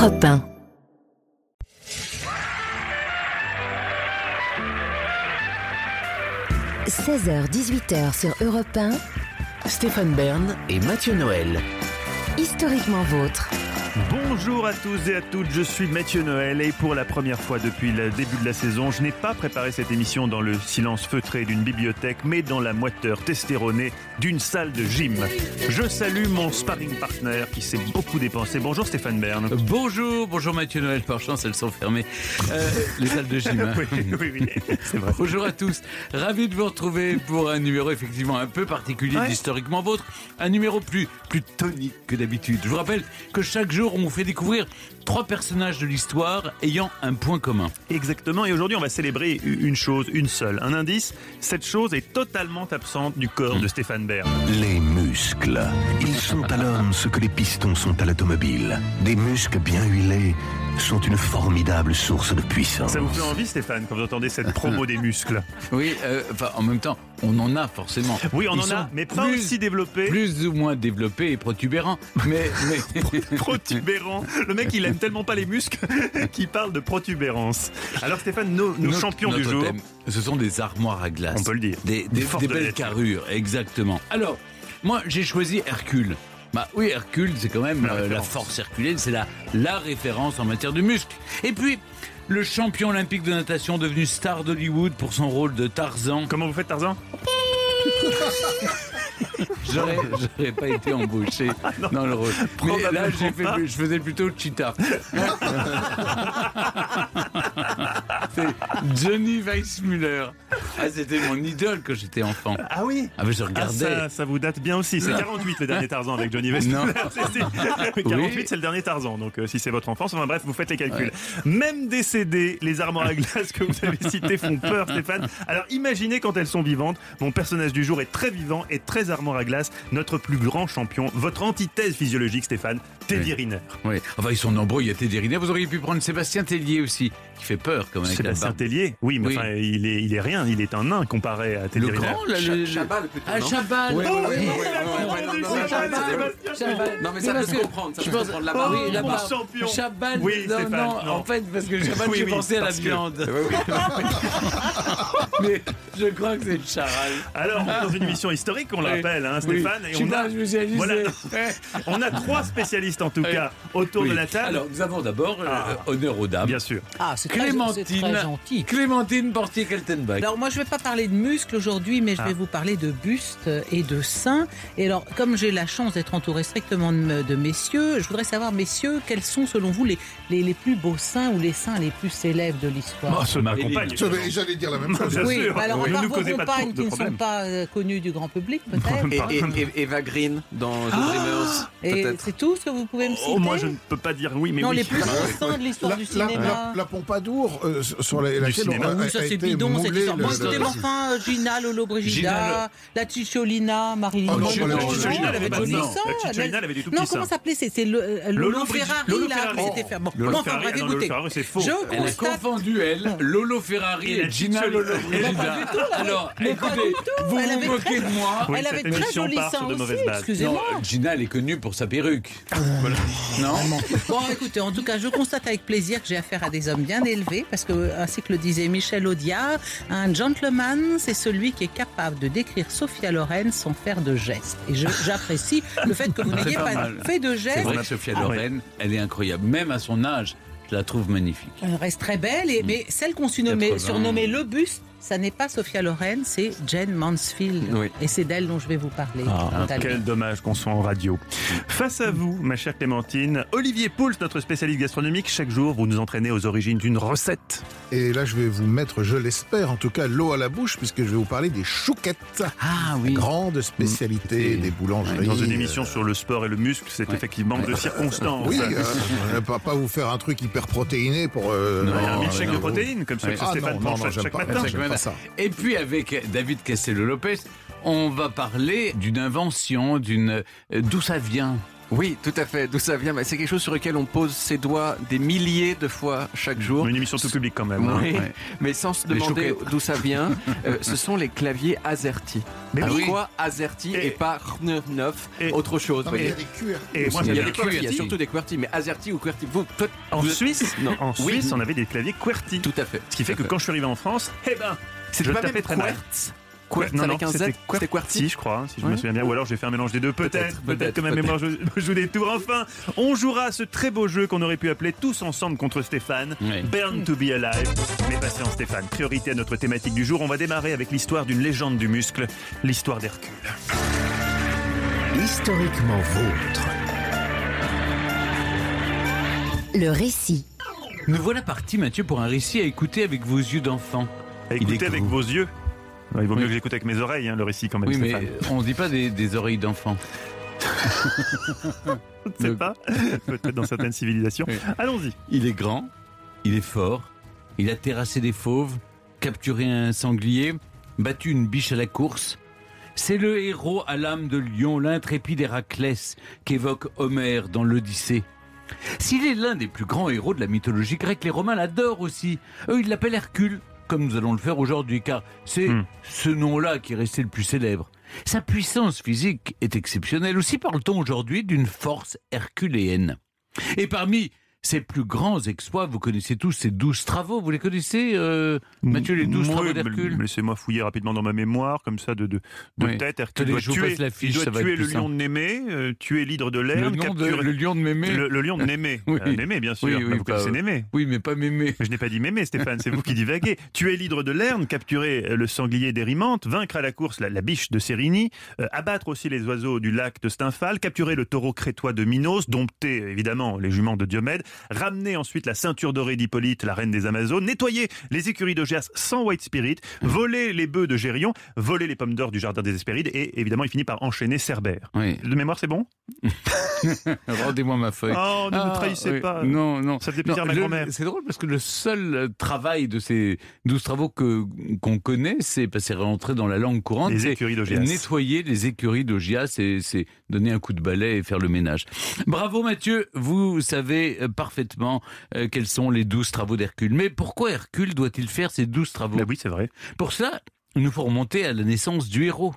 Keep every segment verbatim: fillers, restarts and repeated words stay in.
Europe un. seize heures dix-huit heures sur Europe un. Stéphane Bern et Mathieu Noël. Historiquement vôtre. Bonjour à tous et à toutes, je suis Mathieu Noël et pour la première fois depuis le début de la saison, je n'ai pas préparé cette émission dans le silence feutré d'une bibliothèque, mais dans la moiteur testéronée d'une salle de gym. Je salue mon sparring partner qui s'est beaucoup dépensé. Bonjour Stéphane Bern. Bonjour, bonjour Mathieu Noël, par chance elles sont fermées, euh, les salles de gym. Hein. oui, oui, oui, c'est vrai. Bonjour à tous, ravi de vous retrouver pour un numéro effectivement un peu particulier ouais. d'Historiquement Vôtre, un numéro plus, plus tonique que d'habitude. Je vous rappelle que chaque jour on vous fait découvrir trois personnages de l'histoire ayant un point commun. Exactement, et aujourd'hui on va célébrer une chose, une seule, un indice. Cette chose est totalement absente du corps mmh. de Stéphane Bern. Les muscles. Ils sont à l'homme ce que les pistons sont à l'automobile. Des muscles bien huilés sont une formidable source de puissance. Ça vous fait envie Stéphane quand vous entendez cette promo des muscles? Oui, euh, enfin en même temps, on en a forcément. Oui, on Ils en a, mais pas plus, aussi développés. Plus ou moins développés et protubérants. Mais, mais... protubérants. Le mec il aime tellement pas les muscles qu'il parle de protubérance. Alors Stéphane, nos, nos notre, champions notre du jour, thème, ce sont des armoires à glace. On peut le dire. Des, des, des, des belles nature. carrures, exactement. Alors, moi j'ai choisi Hercule. Bah oui, Hercule, c'est quand même la, euh, la force herculéenne, c'est la, la référence en matière de muscles. Et puis, le champion olympique de natation devenu star d'Hollywood pour son rôle de Tarzan. Comment vous faites Tarzan? J'aurais, j'aurais pas été embauché ah dans le rôle. Mais là, j'ai fait, je faisais plutôt Cheetah. C'est Johnny Weissmuller. Ah, c'était mon idole quand j'étais enfant. Ah oui. Ah mais je regardais. Ah, ça, ça vous date bien aussi. C'est quarante-huit le dernier Tarzan avec Johnny Weissmuller. quarante-huit oui. C'est le dernier Tarzan. Donc euh, si c'est votre enfance, enfin bref, vous faites les calculs. Ouais. Même décédées, les armoires à glace que vous avez citées font peur, Stéphane. Alors imaginez quand elles sont vivantes. Mon personnage du jour est très vivant et très armoire à glace. Notre plus grand champion, votre antithèse physiologique, Stéphane, Teddy oui. Riner. Oui. Enfin, ils sont nombreux. Il y a Teddy Riner. Vous auriez pu prendre Sébastien Tellier aussi, qui fait peur quand même. Sébastien Tellier. Oui, mais oui. Enfin, il est, il est rien. Il est un nain comparé à Teddy le Riner. Grand, là, le Chabal plutôt. Ah, Chabal. Oui, oh, oui, oui, oui, non, mais ça peut se comprendre. Ça peut se comprendre. La barbe. Oui, la barbe. Champion. Chabal. Oui, non, Stéphane, non, non. En fait, parce que Chabal, oui, j'ai oui, pensé à la que... viande. Mais je crois que c'est Charal. Alors, dans une émission historique, on l'appelle, hein, Stéphane. Oui. Et on a, je vous ai voilà, on a trois spécialistes en tout oui. cas autour oui. de la table. Alors, nous avons d'abord ah. euh, honneur aux dames. Bien sûr. Ah, c'est Clémentine, très, c'est très gentil. Clémentine Portier-Kaltenbach. Alors, moi, je ne vais pas parler de muscles aujourd'hui, mais je ah. vais vous parler de bustes et de seins. Et alors, comme j'ai la chance d'être entourée strictement de, de messieurs, je voudrais savoir, messieurs, quels sont selon vous les, les, les plus beaux seins ou les seins les plus célèbres de l'histoire? Oh, c'est ma compagne. J'allais dire la même chose. Oui, sûr. alors, oui. à part vos compagnes compagnes qui ne sont pas euh, connues du grand public, peut-être. Et, et, et Eva Green dans The Dreamers, et peut-être. c'est tout ce que vous pouvez me citer? Oh, moi, je ne peux pas dire oui, mais non, oui. les plus seins de l'histoire la, du la, cinéma. La, la Pompadour, euh, sur la, laquelle cinéma. on a, oui, ça a c'est été bidon, cette histoire. le, Bon, le, écoutez, mais enfin, Gina Lollobrigida, la Cicciolina, Marilyn oh, non, Monroe. la Cicciolina, elle avait pas de joli sang. sang. La Cicciolina, elle avait des tout petits Non, seins. comment s'appelait? C'est Lolo Ferrari, là, qui s'était fait. Bon, enfin, bref, écoutez. C'est faux. Elle a confondu, elle, Lolo Ferrari et Gina Lollobrigida. Alors, écoutez, vous vous moquez de moi. Elle avait très joli sein aussi, excusez-moi. Gina, elle est connue pour sa perruque. Non? Bon, écoutez, en tout cas, je constate avec plaisir que j'ai affaire à des hommes bien élevés, parce que, ainsi que le disait Michel Audiard, un gentleman, c'est celui qui est capable de décrire Sophia Loren sans faire de gestes. Et je, j'apprécie le fait que vous n'ayez pas, pas fait de gestes. C'est vrai que Sophia ah, Loren, oui. elle est incroyable, même à son âge. Je la trouve magnifique. Elle reste très belle, et, mmh. mais celle qu'on surnommait, surnommait le buste, ça n'est pas Sophia Loren, c'est Jane Mansfield. Oui. Et c'est d'elle dont je vais vous parler. Ah, quel dommage qu'on soit en radio. Face à vous, ma chère Clémentine, Olivier Pouls, notre spécialiste gastronomique. Chaque jour, vous nous entraînez aux origines d'une recette. Et là, je vais vous mettre, je l'espère, en tout cas, l'eau à la bouche, puisque je vais vous parler des chouquettes. Ah oui. Grande spécialité mmh. des boulangeries. Dans une émission sur le sport et le muscle, c'est ouais. effectivement de circonstances. Oui, euh, on ne va pas vous faire un truc hyper protéiné pour... Euh, non, un milkshake de protéines, comme ceux que Stéphane prend chaque matin. Ça. Et puis avec David Castello-Lopez, on va parler d'une invention, d'une d'où ça vient. Oui, tout à fait. D'où ça vient? C'est quelque chose sur lequel on pose ses doigts des milliers de fois chaque jour. Une émission tout public quand même. Oui, hein. mais sans se demander d'où ça vient. euh, ce sont les claviers AZERTY. Mais pourquoi oui. AZERTY et, Et- et pas R neuf, et- autre chose? Non, vous mais il y voyez. a des Q R T. Et moi, Il y a j'avais des un QWERTY, il y a QWERTY. surtout des QWERTY, mais AZERTY ou QWERTY, vous, toi, En vous- Suisse, non, en oui, Suisse, on avait des claviers QWERTY. tout à fait. Ce qui fait que Tout à quand je suis arrivé en France, eh ben, C'était je pas tapais même très mal. QWERTZ? QWERTZ non, non, avec un Z, c'était c'était QWERTY, QWERTY. je crois, hein, si je Ouais. me souviens bien. Ou alors j'ai fait un mélange des deux, peut-être. Peut-être, Peut-être, peut-être, que ma peut-être. mémoire joue, joue des tours. Enfin, on jouera à ce très beau jeu qu'on aurait pu appeler Tous ensemble contre Stéphane, Ouais. Burn to be Alive. Mais patience Stéphane, priorité à notre thématique du jour. On va démarrer avec l'histoire d'une légende du muscle, l'histoire d'Hercule. Historiquement vôtre. Le récit. Nous voilà partis, Mathieu, pour un récit à écouter avec vos yeux d'enfant. À Il écouter est avec gros. vos yeux. Ouais, il vaut mieux Oui. que j'écoute avec mes oreilles, hein, le récit quand même, Oui, mais Stéphane. on ne dit pas des, des oreilles d'enfant. Je ne sais le- pas, peut-être dans certaines civilisations. Oui. Allons-y. Il est grand, il est fort, il a terrassé des fauves, capturé un sanglier, battu une biche à la course. C'est le héros à l'âme de lion, l'intrépide Héraclès, qu'évoque Homère dans l'Odyssée. S'il est l'un des plus grands héros de la mythologie grecque, les Romains l'adorent aussi. Eux, ils l'appellent Hercule, comme nous allons le faire aujourd'hui, car c'est Hmm. ce nom-là qui est resté le plus célèbre. Sa puissance physique est exceptionnelle. Aussi parle-t-on aujourd'hui d'une force herculéenne. Et parmi ses plus grands exploits, vous connaissez tous ces douze travaux. Vous les connaissez, euh, Mathieu, les douze Oui, travaux mais- d'Hercule? mais Laissez-moi fouiller rapidement dans ma mémoire, comme ça, de, de, de Oui. tête. Hercule Tenez, doit je vous tuer, passe l'affiche, il doit ça va tuer être le plus lion simple. de Némée, euh, tuer l'hydre de Le Lerne, lion de, capturer... le lion de Mémée. Le, le lion de Némée. Oui. Euh, Némée, bien sûr. Oui, oui, Bah, vous pas- connaissez Némée. Oui, mais pas Mémée. Je n'ai pas dit mémé, Stéphane, c'est vous qui divaguez. Tuer l'hydre de Lerne, capturer le sanglier d'Érimante, vaincre à la course la, la biche de Sérigny, euh, abattre aussi les oiseaux du lac de Stymphale, capturer le taureau crétois de Minos, dompter évidemment les juments de Diomède, ramener ensuite la ceinture dorée d'Hippolyte, la reine des Amazones, nettoyer les écuries d'Augias sans White Spirit, voler les bœufs de Gérion, voler les pommes d'or du jardin des Hespérides et évidemment il finit par enchaîner Cerbère. Oui. De mémoire, c'est bon? Rendez-moi ma feuille. Oh, ne me Ah, trahissez oui. pas. Non, non. Ça faisait plaisir Non, à ma le- grand-mère. C'est drôle parce que le seul euh, travail de ces douze travaux que qu'on connaît, c'est passer rentrer dans la langue courante, Les c'est écuries d'Augias. nettoyer les écuries d'Augias, et c'est donner un coup de balai et faire le ménage. Bravo Mathieu, vous savez euh, parfaitement euh, quels sont les douze travaux d'Hercule. Mais pourquoi Hercule doit-il faire ces douze travaux? Bah oui, c'est vrai. Pour cela, il nous faut remonter à la naissance du héros.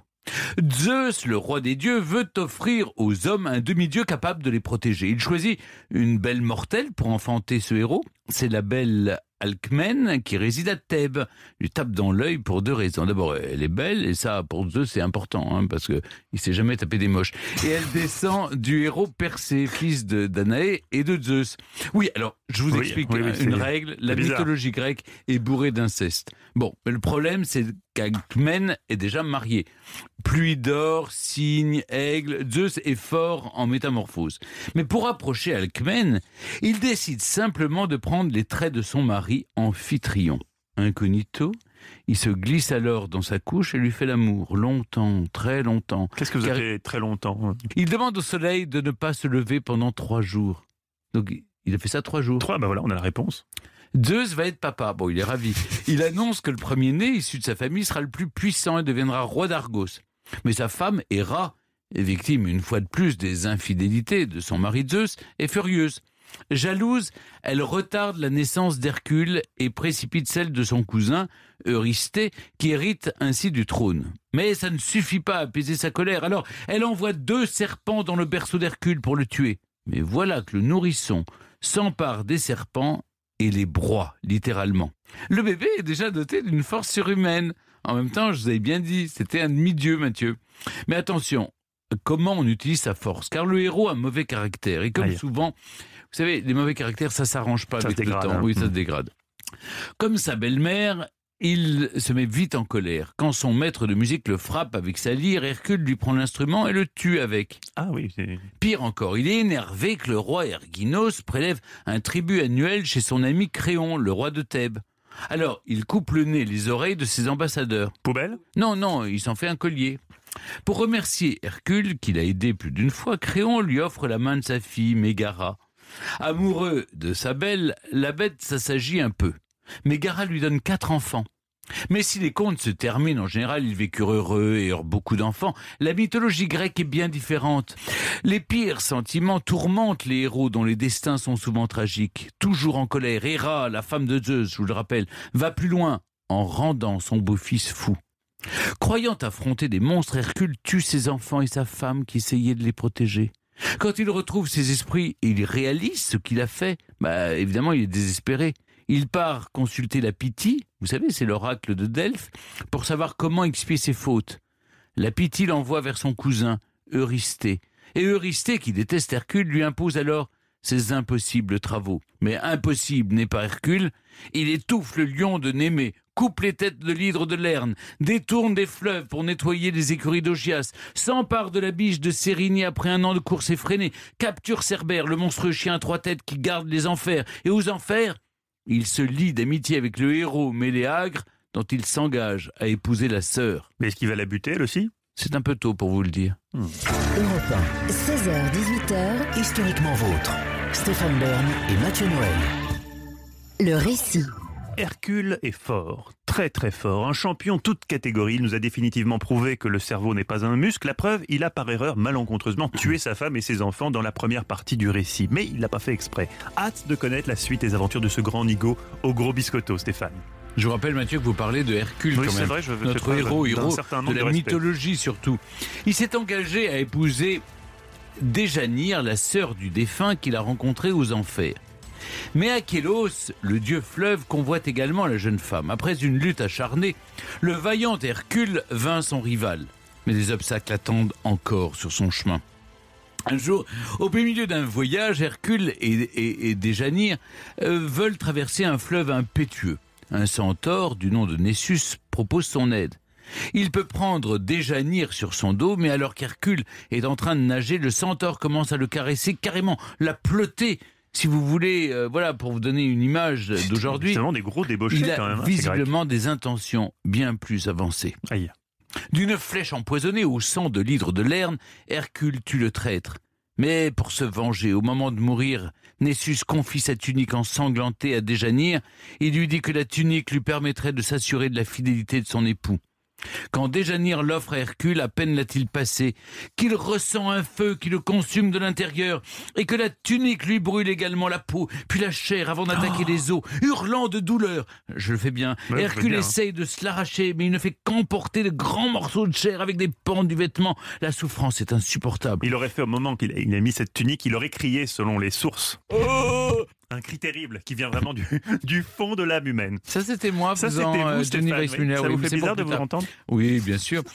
Zeus, le roi des dieux, veut offrir aux hommes un demi-dieu capable de les protéger. Il choisit une belle mortelle pour enfanter ce héros. C'est la belle Alcmène qui réside à Thèbes. Il lui tape dans l'œil pour deux raisons. D'abord, elle est belle, et ça, pour Zeus, c'est important, hein, parce qu'il ne s'est jamais tapé des moches. Et elle descend du héros Persée, fils de Danaé et de Zeus. Oui, alors, je vous Oui, explique oui, oui, hein, c'est- une règle. La c'est bizarre. mythologie grecque est bourrée d'inceste. Bon, mais le problème, c'est qu'Alcmène est déjà mariée. Pluie d'or, cygne, aigle, Zeus est fort en métamorphose. Mais pour approcher Alcmène, il décide simplement de prendre les traits de son mari Amphitryon. Incognito, il se glisse alors dans sa couche et lui fait l'amour, longtemps, très longtemps. Qu'est-ce que vous Car- appelez très longtemps? Il demande au soleil de ne pas se lever pendant trois jours. Donc il a fait ça trois jours. Trois, bah voilà, on a la réponse. Zeus va être papa. Bon, il est ravi. Il annonce que le premier-né, issu de sa famille, sera le plus puissant et deviendra roi d'Argos. Mais sa femme, Héra, victime une fois de plus des infidélités de son mari Zeus, est furieuse. Jalouse, elle retarde la naissance d'Hercule et précipite celle de son cousin, Eurysthée, qui hérite ainsi du trône. Mais ça ne suffit pas à apaiser sa colère. Alors, elle envoie deux serpents dans le berceau d'Hercule pour le tuer. Mais voilà que le nourrisson s'empare des serpents et les broie, littéralement. Le bébé est déjà doté d'une force surhumaine. En même temps, je vous avais bien dit, c'était un demi-dieu, Mathieu. Mais attention, comment on utilise sa force? Car le héros a un mauvais caractère. Et comme Aïe. souvent, vous savez, les mauvais caractères, ça s'arrange pas Ça avec se le dégrade, temps. hein. Oui, ça Mm. se dégrade. Comme sa belle-mère, il se met vite en colère. Quand son maître de musique le frappe avec sa lyre, Hercule lui prend l'instrument et le tue avec. Ah oui, c'est... Pire encore, il est énervé que le roi Erginos prélève un tribut annuel chez son ami Créon, le roi de Thèbes. Alors, il coupe le nez, les oreilles de ses ambassadeurs. Poubelle? Non, non, il s'en fait un collier. Pour remercier Hercule, qu'il a aidé plus d'une fois, Créon lui offre la main de sa fille, Mégara. Amoureux de sa belle, la bête s'assagit un peu. Mégara lui donne quatre enfants. Mais si les contes se terminent, en général, ils vécurent heureux et eurent beaucoup d'enfants, la mythologie grecque est bien différente. Les pires sentiments tourmentent les héros dont les destins sont souvent tragiques. Toujours en colère, Héra, la femme de Zeus, je vous le rappelle, va plus loin en rendant son beau-fils fou. Croyant affronter des monstres, Hercule tue ses enfants et sa femme qui essayaient de les protéger. Quand il retrouve ses esprits et il réalise ce qu'il a fait, bah évidemment il est désespéré. Il part consulter la Pythie, vous savez, c'est l'oracle de Delphes, pour savoir comment expier ses fautes. La Pythie l'envoie vers son cousin, Eurysthée. Et Eurysthée, qui déteste Hercule, lui impose alors ses impossibles travaux. Mais impossible n'est pas Hercule. Il étouffe le lion de Némée, coupe les têtes de l'hydre de Lerne, détourne des fleuves pour nettoyer les écuries d'Augias, s'empare de la biche de Cérynie après un an de course effrénée, capture Cerbère, le monstrueux chien à trois têtes qui garde les enfers. Et aux enfers, il se lie d'amitié avec le héros Méléagre, dont il s'engage à épouser la sœur. Mais est-ce qu'il va la buter, elle aussi ? C'est un peu tôt pour vous le dire. Mmh. Europe un. seize heures dix-huit heures. Historiquement vôtre. Stéphane Bern et Mathieu Noël. Le récit. Hercule est fort, très très fort, un champion toute catégorie. Il nous a définitivement prouvé que le cerveau n'est pas un muscle. La preuve, il a par erreur malencontreusement tué sa femme et ses enfants dans la première partie du récit. Mais il l'a pas fait exprès. Hâte de connaître la suite des aventures de ce grand nigo au gros biscotto, Stéphane. Je vous rappelle, Mathieu, que vous parlez de Hercule, oui, quand même. Vrai, je veux notre héros, héros de, de la respect. mythologie surtout. Il s'est engagé à épouser Déjanire, la sœur du défunt qu'il a rencontrée aux enfers. Mais Achélos, le dieu fleuve, convoite également la jeune femme. Après une lutte acharnée, le vaillant Hercule vainc son rival. Mais des obstacles attendent encore sur son chemin. Un jour, au beau milieu d'un voyage, Hercule et, et, et Déjanire euh, veulent traverser un fleuve impétueux. Un centaure du nom de Nessus propose son aide. Il peut prendre Déjanire sur son dos, mais alors qu'Hercule est en train de nager, le centaure commence à le caresser, carrément la plotter. Si vous voulez, euh, voilà, pour vous donner une image d'aujourd'hui, c'est vraiment des gros débauchés il a quand même, hein, visiblement des intentions bien plus avancées. Aïe. D'une flèche empoisonnée au sang de l'hydre de Lerne, Hercule tue le traître. Mais pour se venger, au moment de mourir, Nessus confie sa tunique ensanglantée à Déjanire et lui dit que la tunique lui permettrait de s'assurer de la fidélité de son époux. Quand Déjanire l'offre à Hercule, à peine l'a-t-il passé, qu'il ressent un feu qui le consume de l'intérieur et que la tunique lui brûle également la peau, puis la chair avant d'attaquer oh. les os, hurlant de douleur. Je le fais bien. Ouais, Hercule bien, essaye hein. de se l'arracher, mais il ne fait qu'emporter de grands morceaux de chair avec des pans du vêtement. La souffrance est insupportable. Il aurait fait au moment qu'il a, il a mis cette tunique, il aurait crié selon les sources. Oh un cri terrible qui vient vraiment du, du fond de l'âme humaine. Ça, c'était moi, ça, faisant, c'était vous, euh, Stéphane. Oui. Ça oui, vous fait bizarre de vous entendre ? Oui, bien sûr.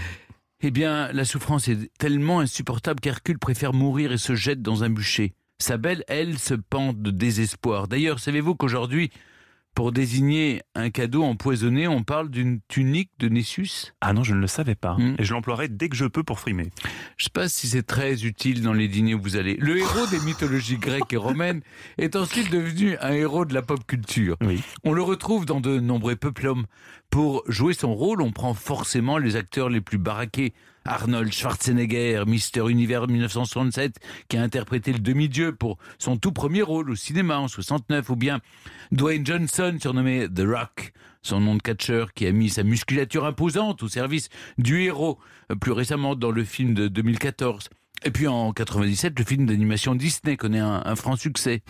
Eh bien, la souffrance est tellement insupportable qu'Hercule préfère mourir et se jette dans un bûcher. Sa belle, elle, se pend de désespoir. D'ailleurs, savez-vous qu'aujourd'hui, pour désigner un cadeau empoisonné, on parle d'une tunique de Nessus ? Ah non, je ne le savais pas. Mmh. Et je l'emploierai dès que je peux pour frimer. Je ne sais pas si c'est très utile dans les dîners où vous allez. Le héros des mythologies grecques et romaines est ensuite devenu un héros de la pop culture. Oui. On le retrouve dans de nombreux peplums. Pour jouer son rôle, on prend forcément les acteurs les plus baraqués. Arnold Schwarzenegger, Mister Univers mille neuf cent soixante-sept, qui a interprété le demi-dieu pour son tout premier rôle au cinéma en soixante-neuf, ou bien Dwayne Johnson, surnommé The Rock, son nom de catcheur, qui a mis sa musculature imposante au service du héros, plus récemment dans le film de deux mille quatorze. Et puis en quatre-vingt-dix-sept, le film d'animation Disney connaît un, un franc succès.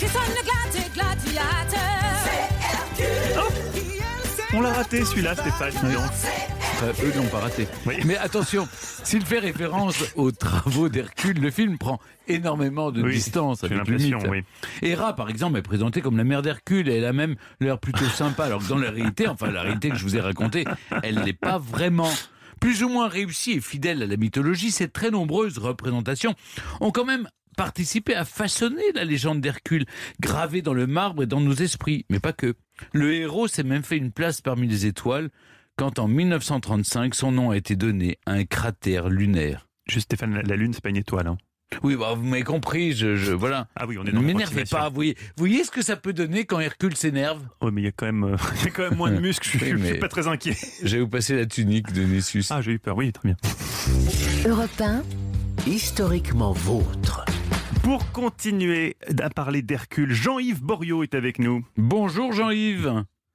Oh, on l'a raté celui-là, Stéphane. Oui. Enfin, eux ne l'ont pas raté. Oui. Mais attention, s'il fait référence aux travaux d'Hercule, le film prend énormément de oui, distance avec le mythe. Oui. Héra, par exemple, est présentée comme la mère d'Hercule et elle a même l'air plutôt sympa, alors que dans la réalité, enfin la réalité que je vous ai racontée, elle n'est pas vraiment. Plus ou moins réussie et fidèle à la mythologie, ces très nombreuses représentations ont quand même participé à façonner la légende d'Hercule, gravée dans le marbre et dans nos esprits, mais pas que. Le héros s'est même fait une place parmi les étoiles, quand en mille neuf cent trente-cinq, son nom a été donné à un cratère lunaire. Juste Stéphane, la, la Lune, c'est pas une étoile, hein. Oui, bah, vous m'avez compris, je, je, voilà. Ah oui, on est dans ne m'énervez pas, vous voyez, vous voyez ce que ça peut donner quand Hercule s'énerve ? Oui, mais il y a quand même, euh, il y a quand même moins de muscles, je, oui, je suis pas très inquiet. Je vais vous passer la tunique de Nessus. Ah, j'ai eu peur, oui, très bien. Europe un. Historiquement vôtre. Pour continuer à parler d'Hercule, Jean-Yves Boriot est avec nous. Bonjour Jean-Yves.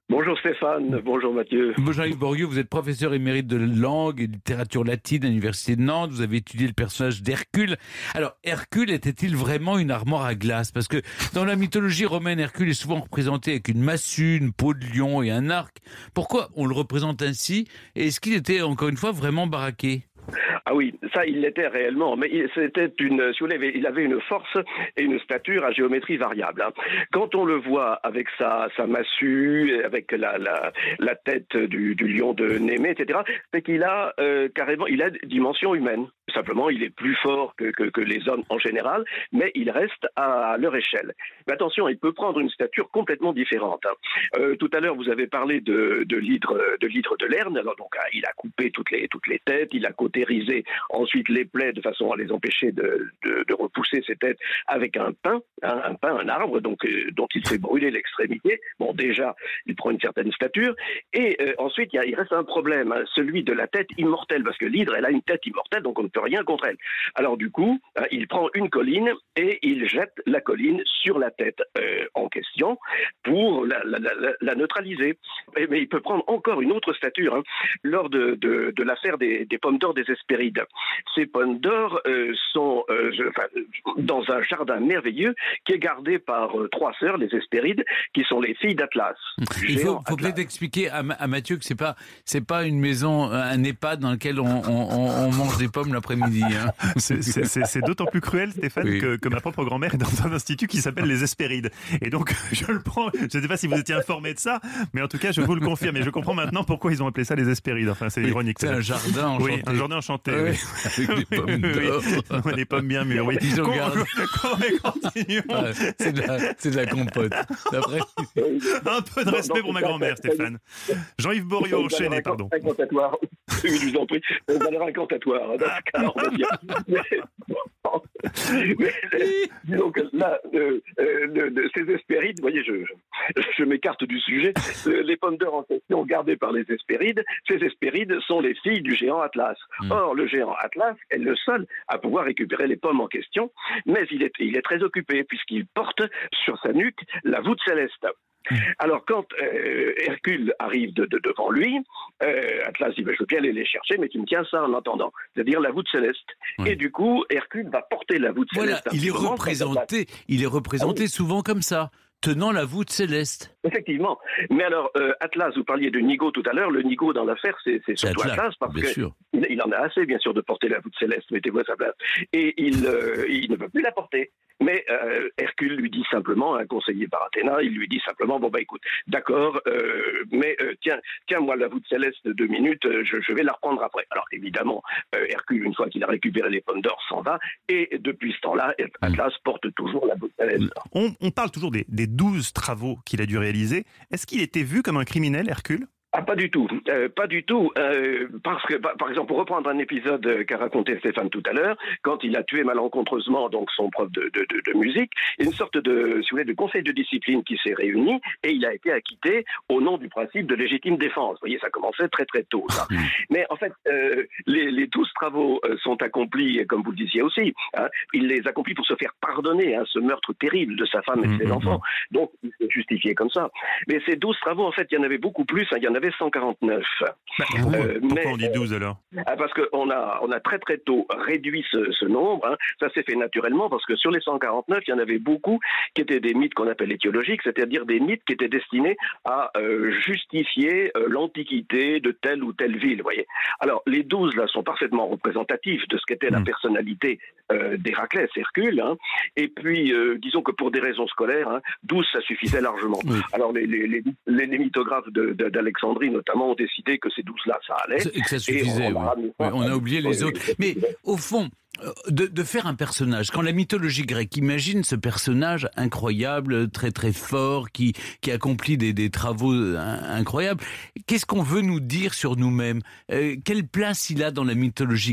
Bonjour Stéphane, bonjour Mathieu. Jean-Yves Boriot, vous êtes professeur émérite de langue et de littérature latine à l'Université de Nantes. Vous avez étudié le personnage d'Hercule. Alors, Hercule était-il vraiment une armoire à glace? Parce que dans la mythologie romaine, Hercule est souvent représenté avec une massue, une peau de lion et un arc. Pourquoi on le représente ainsi? Et est-ce qu'il était, encore une fois, vraiment baraqué? Ah oui, ça il l'était réellement, mais il, c'était une, si vous voulez, il avait une force et une stature à géométrie variable. Hein. Quand on le voit avec sa, sa massue, avec la, la, la tête du, du lion de Némée, et cetera, c'est qu'il a euh, carrément, il a des dimensions humaines. Simplement, il est plus fort que, que, que les hommes en général, mais il reste à leur échelle. Mais attention, il peut prendre une stature complètement différente. Hein. Euh, tout à l'heure, vous avez parlé de, de l'hydre de l'hydre de Lerne. Alors donc, il a coupé toutes les toutes les têtes, il a cautérisé ensuite les plaies de façon à les empêcher de, de, de repousser ces têtes avec un pin, hein, un pin, un arbre, donc euh, dont il fait brûler l'extrémité. Bon, déjà, il prend une certaine stature. Et euh, ensuite, il, y a, il reste un problème, hein, celui de la tête immortelle, parce que l'hydre, elle a une tête immortelle, donc on ne peut rien contre elle. Alors du coup, hein, il prend une colline et il jette la colline sur la tête euh, en question pour la, la, la, la neutraliser. Et, mais il peut prendre encore une autre stature. Hein, lors de, de, de l'affaire des, des pommes d'or des Hespérides. Ces pommes d'or euh, sont euh, je, enfin, dans un jardin merveilleux qui est gardé par euh, trois sœurs, les Hespérides, qui sont les filles d'Atlas. Il faut, faut peut-être expliquer à, à Mathieu que c'est pas c'est pas une maison, un EHPAD dans lequel on, on, on mange des pommes l'après-midi. Hein. C'est, c'est, c'est, c'est d'autant plus cruel, Stéphane, oui. que, que ma propre grand-mère est dans un institut qui s'appelle les Hespérides. Et donc, je le prends. Je ne sais pas si vous étiez informé de ça, mais en tout cas, je vous le confirme. Et je comprends maintenant pourquoi ils ont appelé ça les Hespérides. Enfin, c'est oui, ironique. C'est un jardin enchanté. Oui, un jardin enchanté. Oui. Oui. Avec des pommes d'or. Oui. Des pommes bien mûres, oui. Ils ont gardé... Continuons. Ah, c'est, de la, c'est de la compote. D'après... Un peu de respect pour ma grand-mère, Stéphane. Jean-Yves Boriot, enchaîné, pardon. Incantatoire. Oui, je vous en prie. C'est une valeur incantatoire. Dans ce cas, on va dire. Mais, disons que là, euh, euh, de, de ces Hespérides, vous voyez, je, je, je m'écarte du sujet. Les pommes d'or en question gardées par les Hespérides, ces Hespérides sont les filles du géant Atlas. Mmh. Or, le géant Atlas est le seul à pouvoir récupérer les pommes en question, mais il est, il est très occupé puisqu'il porte sur sa nuque la voûte céleste. Alors, quand euh, Hercule arrive de, de, devant lui, euh, Atlas dit ben, « Je veux bien aller les chercher, mais tu me tiens ça en attendant. » C'est-à-dire la voûte céleste. Oui. Et du coup, Hercule va porter la voûte voilà, céleste. Il est représenté, il est représenté ah, oui. souvent comme ça, tenant la voûte céleste. Effectivement. Mais alors, euh, Atlas, vous parliez de Nigo tout à l'heure. Le Nigo dans l'affaire, c'est, c'est surtout Atlas, Atlas parce qu'il il en a assez, bien sûr, de porter la voûte céleste. Mettez-vous à sa place. Et il, euh, il ne veut plus la porter. Mais euh, Hercule lui dit simplement, un conseiller par Athéna, il lui dit simplement, bon bah écoute, d'accord, euh, mais euh, tiens, tiens, moi la voûte céleste de deux minutes, euh, je, je vais la reprendre après. Alors évidemment, euh, Hercule, une fois qu'il a récupéré les pommes d'or, s'en va, et depuis ce temps-là, Atlas porte toujours la voûte céleste. On, on parle toujours des, des douze travaux qu'il a dû réaliser. Est-ce qu'il était vu comme un criminel, Hercule ? Ah, pas du tout, euh, pas du tout, euh, parce que, par exemple, pour reprendre un épisode qu'a raconté Stéphane tout à l'heure, quand il a tué malencontreusement donc son prof de, de, de, de musique, il y a une sorte de, si vous voulez, de conseil de discipline qui s'est réuni et il a été acquitté au nom du principe de légitime défense. Vous voyez, ça commençait très très tôt, ça. Mais en fait, euh, les, les douze travaux sont accomplis, comme vous le disiez aussi, hein, il les accomplit pour se faire pardonner hein, ce meurtre terrible de sa femme et de ses mmh, enfants. Donc, il s'est justifié comme ça. Mais ces douze travaux, en fait, il y en avait beaucoup plus, hein, il y en avait cent quarante-neuf. Bah, pourquoi, euh, pourquoi mais, on dit douze alors ah, Parce qu'on a, on a très très tôt réduit ce, ce nombre. Hein. Ça s'est fait naturellement parce que sur les cent quarante-neuf, il y en avait beaucoup qui étaient des mythes qu'on appelle étiologiques, c'est-à-dire des mythes qui étaient destinés à euh, justifier euh, l'antiquité de telle ou telle ville. Voyez. Alors les douze là sont parfaitement représentatifs de ce qu'était mmh. la personnalité euh, d'Héraclès, Hercule. Hein. Et puis, euh, disons que pour des raisons scolaires, hein, douze ça suffisait largement. Mmh. Alors les, les, les, les, les mythographes de, de, d'Alexandrie notamment ont décidé que ces douze-là, ça allait. Et que ça suffisait, on, oui. oui, on a oublié les oui, autres. Oui, Mais au fond, de, de faire un personnage, quand la mythologie grecque imagine ce personnage incroyable, très très fort, qui, qui accomplit des, des travaux incroyables, qu'est-ce qu'on veut nous dire sur nous-mêmes ? euh, Quelle place il a dans la mythologie grecque ?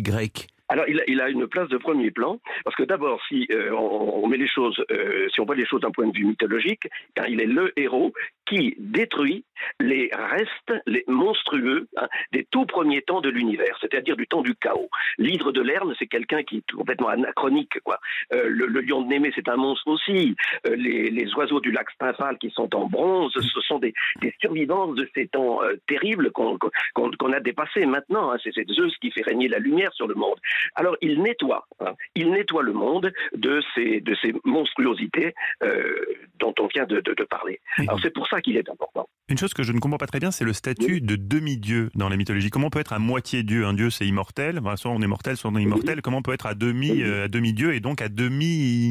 Alors, il a, il a une place de premier plan, parce que d'abord, si euh, on, on met les choses, euh, si on voit les choses d'un point de vue mythologique, hein, il est le héros qui détruit les restes, les monstrueux, hein, des tout premiers temps de l'univers, c'est-à-dire du temps du chaos. L'hydre de Lerne, c'est quelqu'un qui est complètement anachronique, quoi. Euh, le, le lion de Némée, c'est un monstre aussi. Euh, les, les oiseaux du lac Stymphale qui sont en bronze, ce sont des, des survivances de ces temps euh, terribles qu'on, qu'on, qu'on a dépassés maintenant. Hein. C'est, c'est Zeus qui fait régner la lumière sur le monde. Alors, il nettoie, hein, il nettoie le monde de ces, de ces monstruosités euh, dont on vient de, de, de parler. Alors, c'est pour ça qu'il est important. Une chose que je ne comprends pas très bien, c'est le statut oui. de demi-dieu dans la mythologie. Comment on peut être à moitié dieu ? Un dieu, c'est immortel. Enfin, soit on est mortel, soit on est immortel. Oui. Comment on peut être à demi, oui. euh, à demi-dieu et donc à demi-immortel ?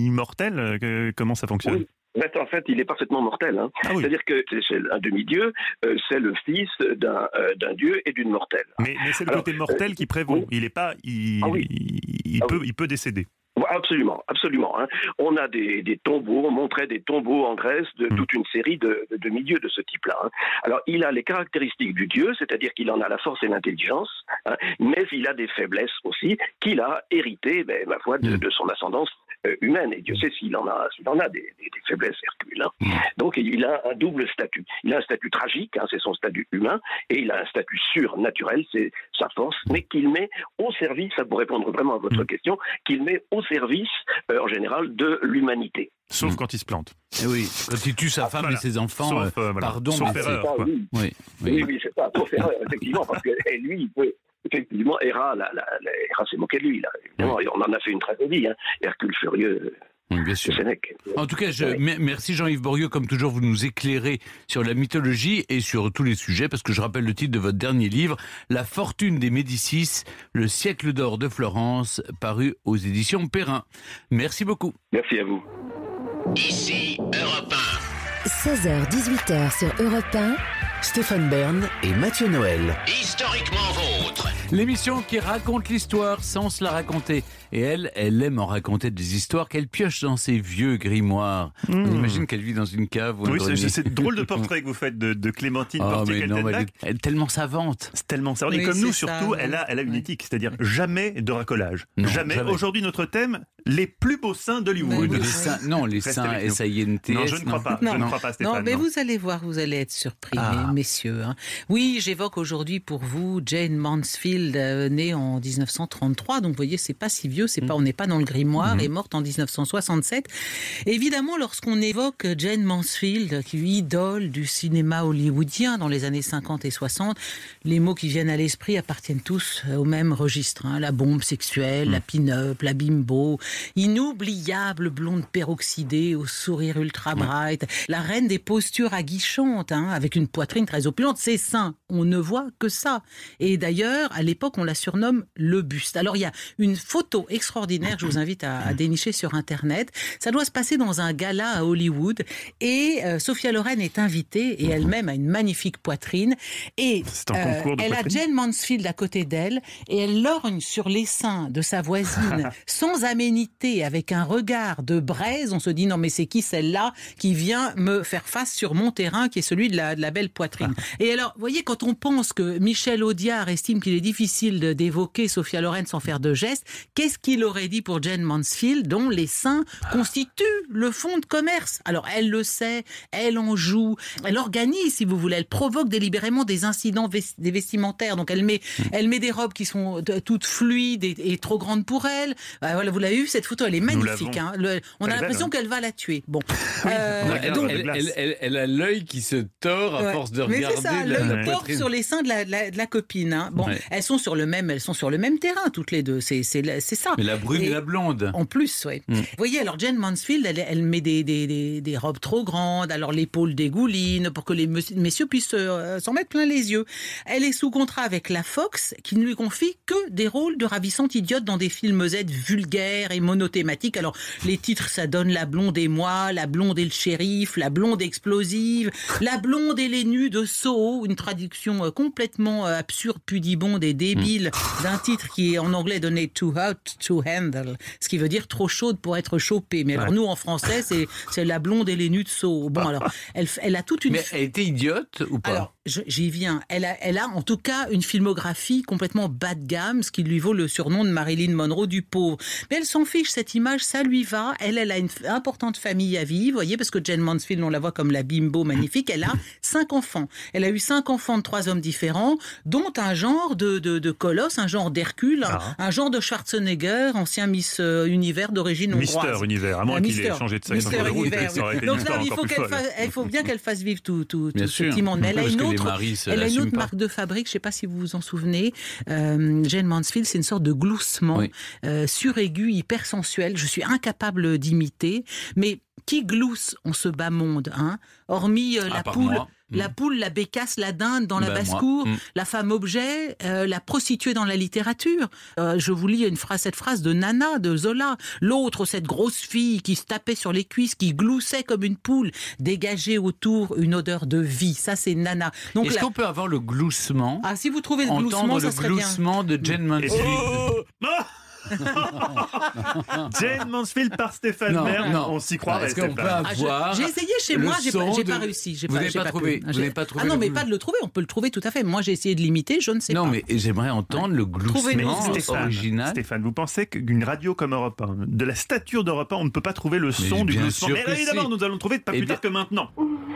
euh, Comment ça fonctionne ? Oui. En fait, il est parfaitement mortel. Hein. Ah oui. C'est-à-dire que c'est un demi-dieu, euh, c'est le fils d'un, euh, d'un dieu et d'une mortelle. Mais, mais c'est le Alors, côté mortel euh, qui prévaut. Oui. Il est pas, il, ah oui. il, il, ah peut, oui. il peut décéder. Absolument, absolument. Hein. On a des, des tombeaux, on montrait des tombeaux en Grèce de mmh. toute une série de, de demi-dieux de ce type-là. Hein. Alors, il a les caractéristiques du dieu, c'est-à-dire qu'il en a la force et l'intelligence, hein, mais il a des faiblesses aussi qu'il a héritées, ben, ma foi, de, mmh. de son ascendance euh, humaine. Et Dieu sait s'il en a, s'il en a des, des, des faiblesses, Hercule. Hein. Mmh. Donc, il a un double statut. Il a un statut tragique, hein, c'est son statut humain, et il a un statut surnaturel, c'est sa force, mais qu'il met au service, ça pour répondre vraiment à votre mmh. question, qu'il met au service, euh, en général, de l'humanité. Sauf mmh. quand il se plante. Et oui, quand il tue sa femme ah, voilà. et ses enfants, sauf, euh, voilà. pardon, sauf mais erreur. C'est quoi. Oui. Oui, oui, oui, oui c'est ça, sauf erreur, effectivement, parce que et lui, il peut... Effectivement, Héra, la, la, la, Héra s'est moquée de lui. Là. Évidemment, oui. On en a fait une tragédie. Hein. Hercule furieux. Oui, bien sûr. En tout cas, je, oui. merci Jean-Yves Bourriaud. Comme toujours, vous nous éclairez sur la mythologie et sur tous les sujets, parce que je rappelle le titre de votre dernier livre, La fortune des Médicis, le siècle d'or de Florence, paru aux éditions Perrin. Merci beaucoup. Merci à vous. Ici Europe un. seize heures dix-huit heures sur Europe un. Stéphane Bern et Mathieu Noël. Historiquement vôtre. L'émission qui raconte l'histoire sans se la raconter. Et elle, elle aime en raconter des histoires qu'elle pioche dans ses vieux grimoires. Mmh. On imagine qu'elle vit dans une cave ou un Oui, grenier. c'est, c'est drôle de portrait que vous faites de, de Clémentine oh, Portier-Kaltenbach. Elle, elle est tellement savante. C'est tellement savante. Oui, et comme c'est nous, ça, surtout, oui. elle a, elle a une oui. éthique. C'est-à-dire jamais de racolage. Non, jamais. jamais. Aujourd'hui, notre thème, les plus beaux seins d'Hollywood. Oui, les seins, non, les Restez seins avec nous. S A I N T S. Non, je ne crois pas. Non, je non. ne crois pas, Stéphane. Non, mais non. vous allez voir, vous allez être surpris, Ah. messieurs. Hein. Oui, j'évoque aujourd'hui pour vous Jane Mansfield, euh, née en dix-neuf cent trente-trois. Donc, vous voyez, c'est pas si vieux, c'est pas, on n'est pas dans le grimoire, mmh. est morte en dix-neuf cent soixante-sept. Évidemment, lorsqu'on évoque Jane Mansfield, qui est idole du cinéma hollywoodien dans les années cinquante et soixante, les mots qui viennent à l'esprit appartiennent tous au même registre. Hein. La bombe sexuelle, mmh. la pin-up, la bimbo, inoubliable blonde peroxydée au sourire ultra bright, mmh. la reine des postures aguichantes, hein, avec une poitrine très opulente, ses seins, on ne voit que ça. Et d'ailleurs, à l'époque, on la surnomme le buste. Alors, il y a une photo extraordinaire que je vous invite à, à dénicher sur Internet. Ça doit se passer dans un gala à Hollywood. Et euh, Sophia Loren est invitée et elle-même a une magnifique poitrine. Et C'est un concours de euh, elle poitrine. a Jane Mansfield à côté d'elle et elle lorgne sur les seins de sa voisine sans aménité, avec un regard de braise. On se dit, non mais c'est qui celle-là qui vient me faire face sur mon terrain, qui est celui de la, de la belle poitrine. Et alors, vous voyez, quand on pense que Michel Audiard estime qu'il est difficile de, d'évoquer Sophia Loren sans faire de gestes, qu'est-ce qu'il aurait dit pour Jane Mansfield, dont les seins constituent le fonds de commerce? Alors, elle le sait, elle en joue, elle organise, si vous voulez, elle provoque délibérément des incidents ves- des vestimentaires. Donc, elle met, elle met des robes qui sont de, toutes fluides et, et trop grandes pour elle. Euh, voilà, vous l'avez vu, cette photo, elle est magnifique. Hein. Le, on Elle a est l'impression belle, hein. qu'elle va la tuer. Bon. Oui, Euh, on regarde, donc, elle, Elle, elle, elle a l'œil qui se tord à Ouais. force de Mais regarder c'est ça, la, l'œil la porte poitrine. sur les seins de la, de la, de la copine. Hein. Bon, Ouais. elles sont sur le même, elles sont sur le même terrain toutes les deux. C'est, c'est, c'est ça. Mais la brune et, Et la blonde. En plus, oui. Mm. Vous voyez, alors Jane Mansfield, elle, elle met des, des, des, des robes trop grandes, alors l'épaule dégouline pour que les messieurs puissent euh, s'en mettre plein les yeux. Elle est sous contrat avec la Fox, qui ne lui confie que des rôles de ravissante idiote dans des films Z vulgaires et monothématiques. Alors, les titres, ça donne La blonde et moi, La blonde et le shérif, La blonde explosive, La blonde et les nus de Soho, une traduction euh, complètement euh, absurde, pudibonde et débile mm. d'un titre qui est en anglais donné Too Hot to Handle, ce qui veut dire trop chaude pour être chopée. Mais ouais. alors nous, en français, c'est, c'est La blonde et les nus de Soho. Bon, alors, elle, elle a toute une... Mais elle était idiote ou pas? Alors, je, j'y viens. Elle a, elle a en tout cas une filmographie complètement bas de gamme, ce qui lui vaut le surnom de Marilyn Monroe du pauvre. Mais elle s'en fiche, cette image, ça lui va. Elle, elle a une importante famille à vivre, voyez, parce que Jane Mansfield, on la voit comme la bimbo magnifique. Elle a cinq enfants. Elle a eu cinq enfants de trois hommes différents, dont un genre de, de, de colosse, un genre d'Hercule, Ah. un, un genre de Schwarzenegger, ancien Miss euh, Univers d'origine hongroise. Mister Univers, à moins Un qu'il ait Mister. changé de sexe Mister en cours de route, Univers, ça aurait oui. été une Donc histoire là, il encore faut, plus qu'elle folle. fasse, il faut bien qu'elle fasse vivre tout, tout, Bien tout ce sûr. petit monde. Mais elle a Parce une que les autre, maris, ça elle a une l'assume autre pas. marque de fabrique, je ne sais pas si vous vous en souvenez. Euh, Jane Mansfield, c'est une sorte de gloussement Oui. euh, suraigu, hyper sensuel. Je suis incapable d'imiter, mais qui glousse en ce bas monde, hein, hormis euh, À la part poule. moi. La poule, la bécasse, la dinde dans la Ben, moi. basse-cour, Mm. la femme objet, euh, la prostituée dans la littérature. Euh, je vous lis une phrase, cette phrase de Nana, de Zola. L'autre, cette grosse fille qui se tapait sur les cuisses, qui gloussait comme une poule, dégageait autour une odeur de vie. Ça, c'est Nana. Donc, Est-ce la- qu'on peut avoir le gloussement, Ah, si vous trouvez le entendre gloussement, le ça serait bien. gloussement de Jane Mansfield? Ah Jane Mansfield par Stéphane Non, Bern, non. on s'y croirait, Est-ce qu'on peut Stéphane. Ah, je- avoir j'ai essayé chez le moi, j'ai pas, son j'ai pas de- réussi. J'ai Vous pas, n'avez j'ai pas pas trouvé, pu. vous J'ai- n'avez pas trouvé Ah non, le mais glou- pas de le trouver. On peut le trouver tout à fait. Moi, j'ai essayé de l'imiter. Je ne sais Non, pas. mais j'aimerais entendre le Trouvez-nous, gloussement Stéphane, original. Stéphane, vous pensez qu'une radio comme Europe un, de la stature d'Europe un, on ne peut pas trouver le son du bien gloussement? sûr Mais que évidemment, si. nous allons le trouver pas Eh plus bien- tard que maintenant.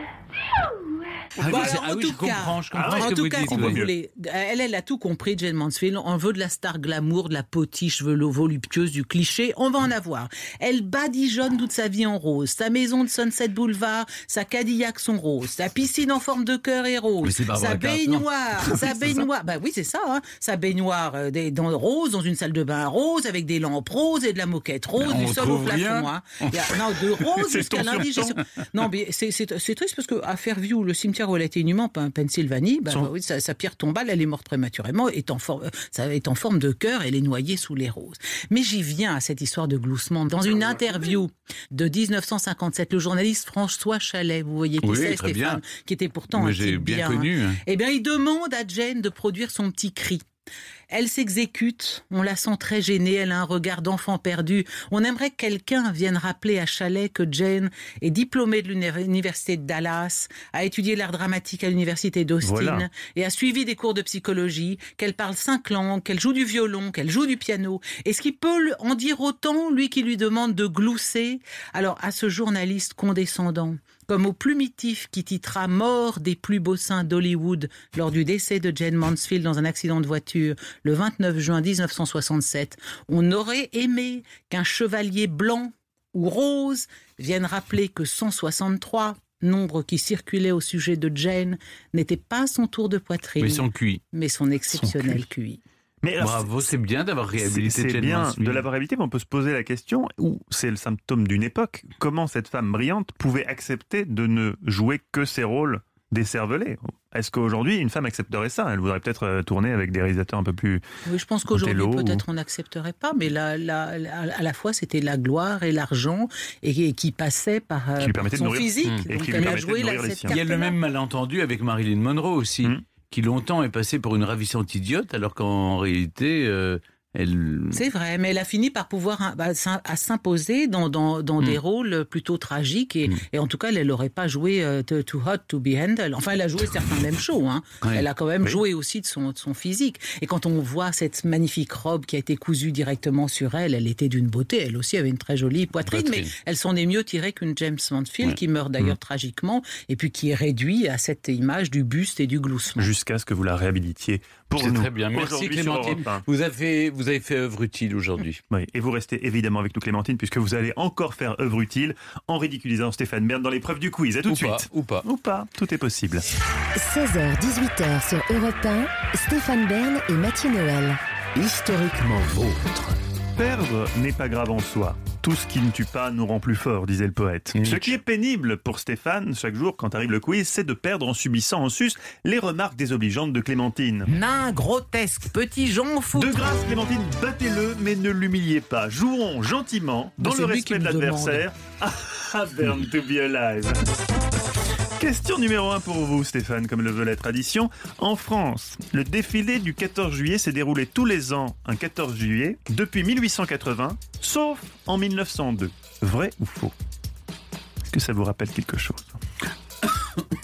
Ah oui, Bon, c'est- alors, ah en oui, tout je comprends, cas- je comprends Ah ce En que tout vous cas, dites. si oui. vous voulez, elle, elle a tout compris, Jane Mansfield. On veut de la star glamour, de la potiche voluptueuse, du cliché. On va en avoir. Elle badigeonne toute sa vie en rose. Sa maison de Sunset Boulevard, sa Cadillac sont roses. Sa piscine en forme de cœur est rose. Mais c'est Barbara Sa Carter. baignoire, sa baignoire. Bah oui, c'est ça. Hein. Sa baignoire euh, des- dans rose, dans une salle de bain rose, avec des lampes roses et de la moquette rose, Mais du on sol au trouve plafond. rien. Hein. Il y a- non, de rose C'est jusqu'à ton sur l'indigestion. Non, mais c'est, c'est, c'est triste parce que à Fairview, le cimetière où elle a été inhumée en Pennsylvanie, bah, Son- bah oui, sa, sa pierre tombale, elle est morte prématurément, est en, forme, ça est en forme de cœur, elle est noyée sous les roses. Mais j'y viens à cette histoire de gloussement. Dans une interview de dix-neuf cent cinquante-sept, le journaliste François Chalet, vous voyez qui Oui, c'est, très Stéphane, bien. qui était pourtant Mais un j'ai type bien bien, connu, hein. eh bien, il demande à Jane de produire son petit cri. Elle s'exécute, on la sent très gênée, elle a un regard d'enfant perdu. On aimerait que quelqu'un vienne rappeler à Chalet que Jane est diplômée de l'université de Dallas, a étudié l'art dramatique à l'université d'Austin Voilà. et a suivi des cours de psychologie, qu'elle parle cinq langues, qu'elle joue du violon, qu'elle joue du piano. Est-ce qu'il peut en dire autant, lui qui lui demande de glousser? Alors, à ce journaliste condescendant, comme au plumitif qui titra mort des plus beaux seins d'Hollywood lors du décès de Jane Mansfield dans un accident de voiture le vingt-neuf juin dix-neuf cent soixante-sept, on aurait aimé qu'un chevalier blanc ou rose vienne rappeler que cent soixante-trois, nombre qui circulait au sujet de Jane, n'était pas son tour de poitrine, Mais son cuit. mais son exceptionnel Son Q I. Mais alors, Bravo, c'est bien d'avoir c'est- réhabilité C'est Jane bien Mansfield. de l'avoir réhabilité, mais on peut se poser la question, ou c'est le symptôme d'une époque, comment cette femme brillante pouvait accepter de ne jouer que ses rôles décervelés? Est-ce qu'aujourd'hui, une femme accepterait ça? Elle voudrait peut-être euh, tourner avec des réalisateurs un peu plus... Oui, je pense qu'aujourd'hui, Othello ou- peut-être on n'accepterait pas, mais la, la, la- à la fois, c'était la gloire et l'argent et, et qui passait par, euh, Qui lui permettait son de nourrir- physique. Mmh. Et Donc qui lui elle a permettait de joué la, nourrir les cette siens. Il y a le carte-là. même malentendu avec Marilyn Monroe aussi, Mm. qui longtemps est passée pour une ravissante idiote, alors qu'en réalité, euh, elle... C'est vrai, mais elle a fini par pouvoir hein, bah, s'im- à s'imposer dans, dans, dans Mm. des rôles plutôt tragiques et, Mm. et en tout cas, elle n'aurait pas joué euh, Too Too Hot to Be Handled. Enfin, elle a joué certains mêmes shows. Hein. Ouais. Elle a quand même Oui. joué aussi de son, de son physique. Et quand on voit cette magnifique robe qui a été cousue directement sur elle, elle était d'une beauté. Elle aussi avait une très jolie poitrine, Poitrine. mais elle s'en est mieux tirée qu'une James Mansfield Ouais. qui meurt d'ailleurs Mm. tragiquement et puis qui est réduit à cette image du buste et du gloussement. Jusqu'à ce que vous la réhabilitiez pour C'est nous. très bien. Merci aujourd'hui sur Clémentine. Europe un. Vous avez, vous avez fait œuvre utile aujourd'hui. Oui, et vous restez évidemment avec nous Clémentine, puisque vous allez encore faire œuvre utile en ridiculisant Stéphane Bern dans l'épreuve du quiz. À tout Ou de pas, suite. ou pas. Ou pas, tout est possible. seize heures dix-huit heures sur Europe un, Stéphane Bern et Mathieu Noël. Historiquement vôtre. Perdre n'est pas grave en soi. Tout ce qui ne tue pas nous rend plus forts, disait le poète. Nietzsche. Ce qui est pénible pour Stéphane, chaque jour quand arrive le quiz, c'est de perdre en subissant en sus les remarques désobligeantes de Clémentine. Nain, grotesque, petit Jean fou. De grâce, Clémentine, battez-le, mais ne l'humiliez pas. Jouons gentiment, dans Bah, le c'est lui respect qui de me l'adversaire. Ah, Burn to be alive. Question numéro un pour vous, Stéphane, comme le veut la tradition. En France, le défilé du quatorze juillet s'est déroulé tous les ans un quatorze juillet depuis mille huit cent quatre-vingts, sauf en mille neuf cent deux. Vrai ou faux? Est-ce que ça vous rappelle quelque chose?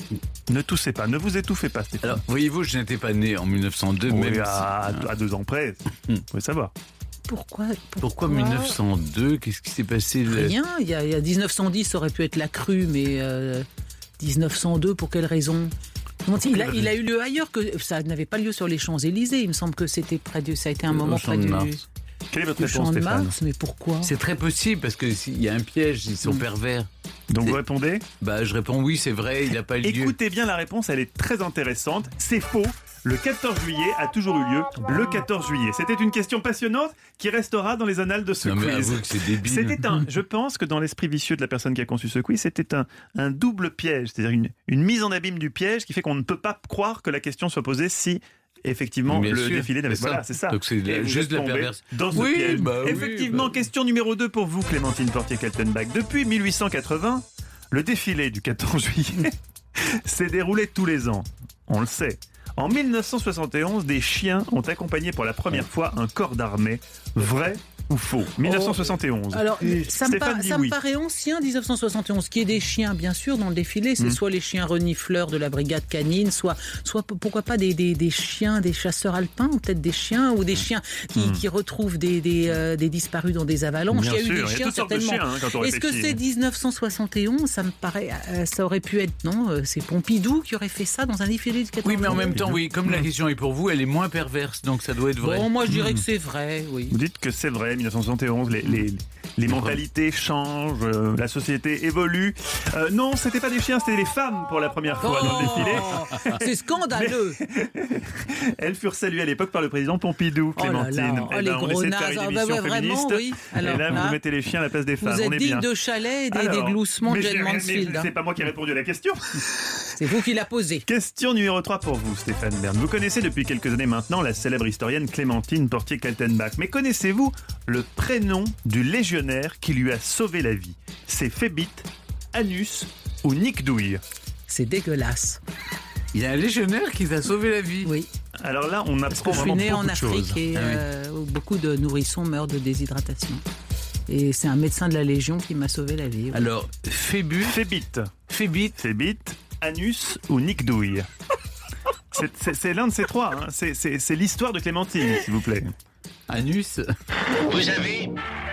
Ne toussez pas, ne vous étouffez pas, Stéphane. Alors, voyez-vous, je n'étais pas né en mille neuf cent deux, Oui, même à, si... à deux ans près, vous pouvez savoir. Pourquoi, pourquoi Pourquoi mille neuf cent deux? Qu'est-ce qui s'est passé? Rien, il y, a, il y a dix-neuf cent dix, ça aurait pu être la crue, mais euh, dix-neuf cent deux, pour quelle raison? Il a, il a eu lieu ailleurs, que ça n'avait pas lieu sur les Champs-Élysées. Il me semble que c'était près du, ça a été un Au moment Champ près de du, Mars. Quelle est votre du réponse, Champ de Stéphane? Mars. Mais pourquoi? C'est très possible, parce qu'il y a un piège, ils sont Mm. pervers. Donc C'est- vous répondez? Bah, je réponds oui, c'est vrai, il n'a pas eu lieu. Écoutez bien la réponse, elle est très intéressante. C'est faux. Le quatorze juillet a toujours eu lieu le quatorze juillet. C'était une question passionnante qui restera dans les annales de ce Non, mais quiz. avoue que c'est débile. C'était un, je pense que dans l'esprit vicieux de la personne qui a conçu ce quiz, c'était un, un double piège, c'est-à-dire une, une mise en abîme du piège qui fait qu'on ne peut pas croire que la question soit posée si effectivement Bien le sûr, défilé n'avait c'est voilà, ça. c'est ça. Donc c'est Et la- vous juste êtes la tombé perverse. dans ce Oui, piège. bah oui, Effectivement, bah. question numéro deux pour vous, Clémentine Portier-Kaltenbach. Depuis mille huit cent quatre-vingts, le défilé du quatorze juillet s'est déroulé tous les ans. On le sait. En mille neuf cent soixante et onze, des chiens ont accompagné pour la première fois un corps d'armée. Vrai ou faux? mille neuf cent soixante et onze. Alors, ça, me, Stéphane par- dit ça oui. me paraît ancien, dix-neuf cent soixante et onze. Qu'il y ait des chiens, bien sûr, dans le défilé, c'est Mm. soit les chiens renifleurs de la brigade canine, soit, soit p- pourquoi pas des, des, des chiens, des chasseurs alpins, ou peut-être des chiens, ou des chiens qui, Mm. qui retrouvent des, des, euh, des disparus dans des avalanches. Bien il y a sûr, eu il y des a chiens, toutes sortes de certainement. chiens, hein, quand on Est-ce que réfléchit. c'est dix-neuf cent soixante et onze? Ça me paraît, euh, ça aurait pu être, non euh, C'est Pompidou qui aurait fait ça dans un défilé du quatorze Oui, mais en même juillet. temps, oui, comme la question est pour vous, elle est moins perverse, donc ça doit être vrai. Bon, moi je dirais que c'est vrai, oui. Vous dites que c'est vrai, mille neuf cent soixante et onze, les, les, les mentalités changent, euh, la société évolue. Euh, non, c'était pas des chiens, c'était des femmes pour la première fois dans le défilé. Oh, c'est scandaleux. Elles furent saluées à l'époque par le président Pompidou, Oh là là, Clémentine. oh, Eh les ben, on gros essaie de faire nazes. une Ah, bah, émission ouais, vraiment, féministe. oui. Alors, et là, là, vous mettez les chiens à la place des femmes. Vous on êtes est digne bien. de Chalet et des, Alors, des gloussements de mais Jane j'ai- mais Mansfield. hein. C'est pas moi qui ai répondu à la question. C'est vous qui l'a posé. Question numéro trois pour vous, Stéphane Bern. Vous connaissez depuis quelques années maintenant la célèbre historienne Clémentine Portier-Kaltenbach. Mais connaissez-vous le prénom du légionnaire qui lui a sauvé la vie? C'est Phébite, Anus ou Nick Douille? C'est dégueulasse. Il y a un légionnaire qui t'a sauvé la vie. Oui. Alors là, on Parce que apprend je suis vraiment née beaucoup en de choses. Afrique et Ah oui. euh, où beaucoup de nourrissons meurent de déshydratation. Et c'est un médecin de la Légion qui m'a sauvé la vie. oui. Alors, Phébus, Phébite, Phébite, Phébite, Anus ou Nick Douille? C'est- C'est c'est l'un de ces trois. hein. C'est- C'est c'est l'histoire de Clémentine, s'il vous plaît. Anus. Vous avez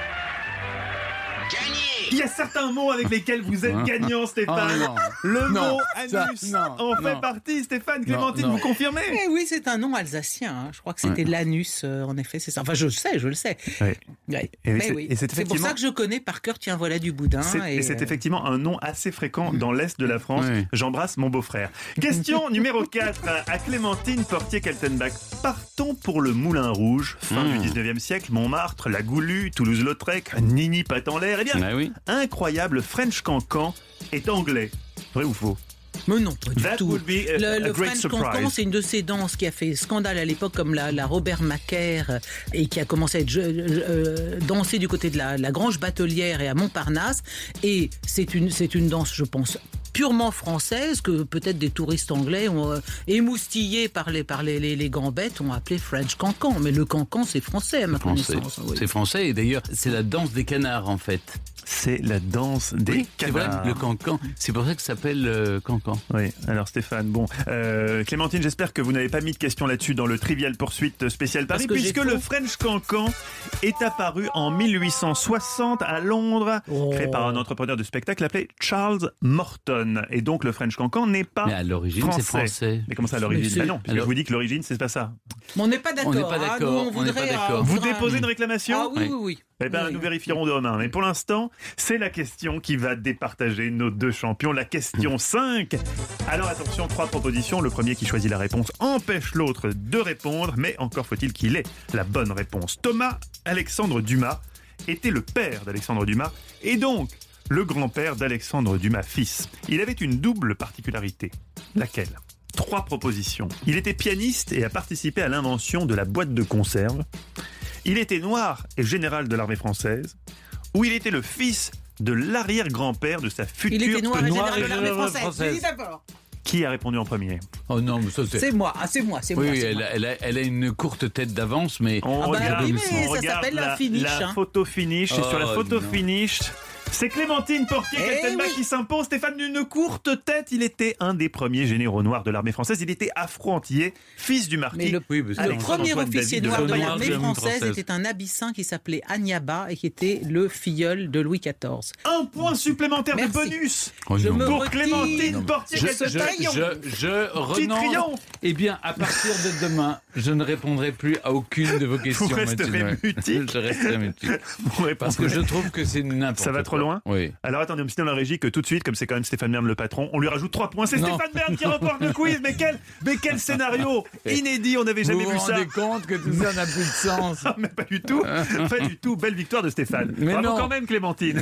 gagné. Il y a certains mots avec lesquels vous êtes gagnant, Stéphane. Oh non. Le Non, mot ça, anus non, en fait non. partie. Stéphane, Clémentine, non. vous confirmez? Eh oui, c'est un nom alsacien. hein. Je crois que c'était l'anus, euh, en effet, c'est ça. Enfin, je le sais, je le sais. Ouais. Ouais. Et Mais c'est- oui. et c'est C'est pour effectivement- ça que je connais par cœur, tiens, voilà du boudin. C'est- Et, Et c'est euh, effectivement un nom assez fréquent dans l'Est de la France. Oui. J'embrasse mon beau-frère. Question numéro quatre à Clémentine Portier-Kaltenbach. Partons pour le Moulin Rouge, fin Mmh. du dix-neuvième siècle, Montmartre, la Goulue, Toulouse-Lautrec, Nini patte en l'air. Eh bien, Ah oui. incroyable French Cancan est anglais. Vrai ou faux? Mais non, pas du That tout. would be a- le a le great French surprise. Cancan, c'est une de ces danses qui a fait scandale à l'époque, comme la, la Robert Macaire, euh, et qui a commencé à être euh, dansée du côté de la, la Grange Batelière et à Montparnasse. Et c'est une, c'est une danse, je pense, purement française, que peut-être des touristes anglais ont euh, émoustillé par les, par les, les, les gambettes, ont appelé French Cancan. Mais le cancan, c'est français à ma Français. connaissance. oui. C'est français et d'ailleurs, c'est la danse des canards en fait. C'est la danse des Oui, c'est vrai, canards. le cancan. C'est pour ça que ça s'appelle euh, cancan. Oui, alors Stéphane, bon, euh, Clémentine, j'espère que vous n'avez pas mis de questions là-dessus dans le Trivial Poursuite spécial Paris, Parce que j'ai puisque le faux. French Cancan est apparu en mille huit cent soixante à Londres, Oh. créé par un entrepreneur de spectacle appelé Charles Morton. Et donc le French Cancan n'est pas Mais à l'origine, c'est français. Mais comment ça à Mais l'origine? c'est- Bah non, parce que Alors- je vous dis que l'origine, c'est pas ça. Mais on n'est pas d'accord. On n'est pas hein. d'accord, Nous, on n'est voudrait, pas d'accord. euh, on Vous voudrait un- déposez une réclamation? Ah oui, oui, oui. Eh bien, Oui. nous vérifierons demain. Mais pour l'instant, c'est la question qui va départager nos deux champions. La question cinq. Alors attention, trois propositions. Le premier qui choisit la réponse empêche l'autre de répondre. Mais encore faut-il qu'il ait la bonne réponse. Thomas Alexandre Dumas était le père d'Alexandre Dumas et donc le grand-père d'Alexandre Dumas fils. Il avait une double particularité. Laquelle? Trois propositions. Il était pianiste et a participé à l'invention de la boîte de conserve. Il était noir et général de l'armée française, ou il était le fils de l'arrière-grand-père de sa future... Il était noir et général de l'armée général française. française. Je dis d'abord. Qui a répondu en premier? Oh non, mais ça c'est. C'est moi, ah, c'est moi, c'est Oui, moi. oui, c'est elle, moi. a, elle, a, elle a une courte tête d'avance, mais On Ah bah regarde, oui, mais on ça regarde s'appelle la la, finish, la hein. photo finish. Et Oh, sur la photo non. finish, C'est Clémentine Portier-Kaltenbach oui. qui s'impose. Stéphane, d'une courte tête, il était un des premiers généraux noirs de l'armée française. Il était afro-antillais, fils du marquis. Mais le, Oui, le Alexandre premier Antoine officier David de noir de Lauderdale. l'armée Noir de l'armée française française. était un abyssin qui s'appelait Agnaba et qui était le filleul de Louis quatorze. Un point supplémentaire Merci. de bonus Oh Je non. me pour retire. Clémentine Je, je, Portier-Kaltenbach. je, je Petit renonce. triomphe. Eh bien, à partir de demain, je ne répondrai plus à aucune de vos questions. Vous resterez Mathieu Noël. mutique. Je resterai mutique. Vous Parce que répondrez. je trouve que c'est n'importe quoi. Ça va trop loin Oui. Alors attendez, on me signale dans la régie que tout de suite, comme c'est quand même Stéphane Bern le patron, on lui rajoute trois points. C'est Non. Stéphane Bern qui remporte le quiz. Mais quel, mais quel scénario inédit, on n'avait jamais vous vu vous ça. rendez compte que tout ça n'a plus de sens. Ah, mais pas du tout, pas du tout. Belle victoire de Stéphane. Mais Bravo non. quand même, Clémentine.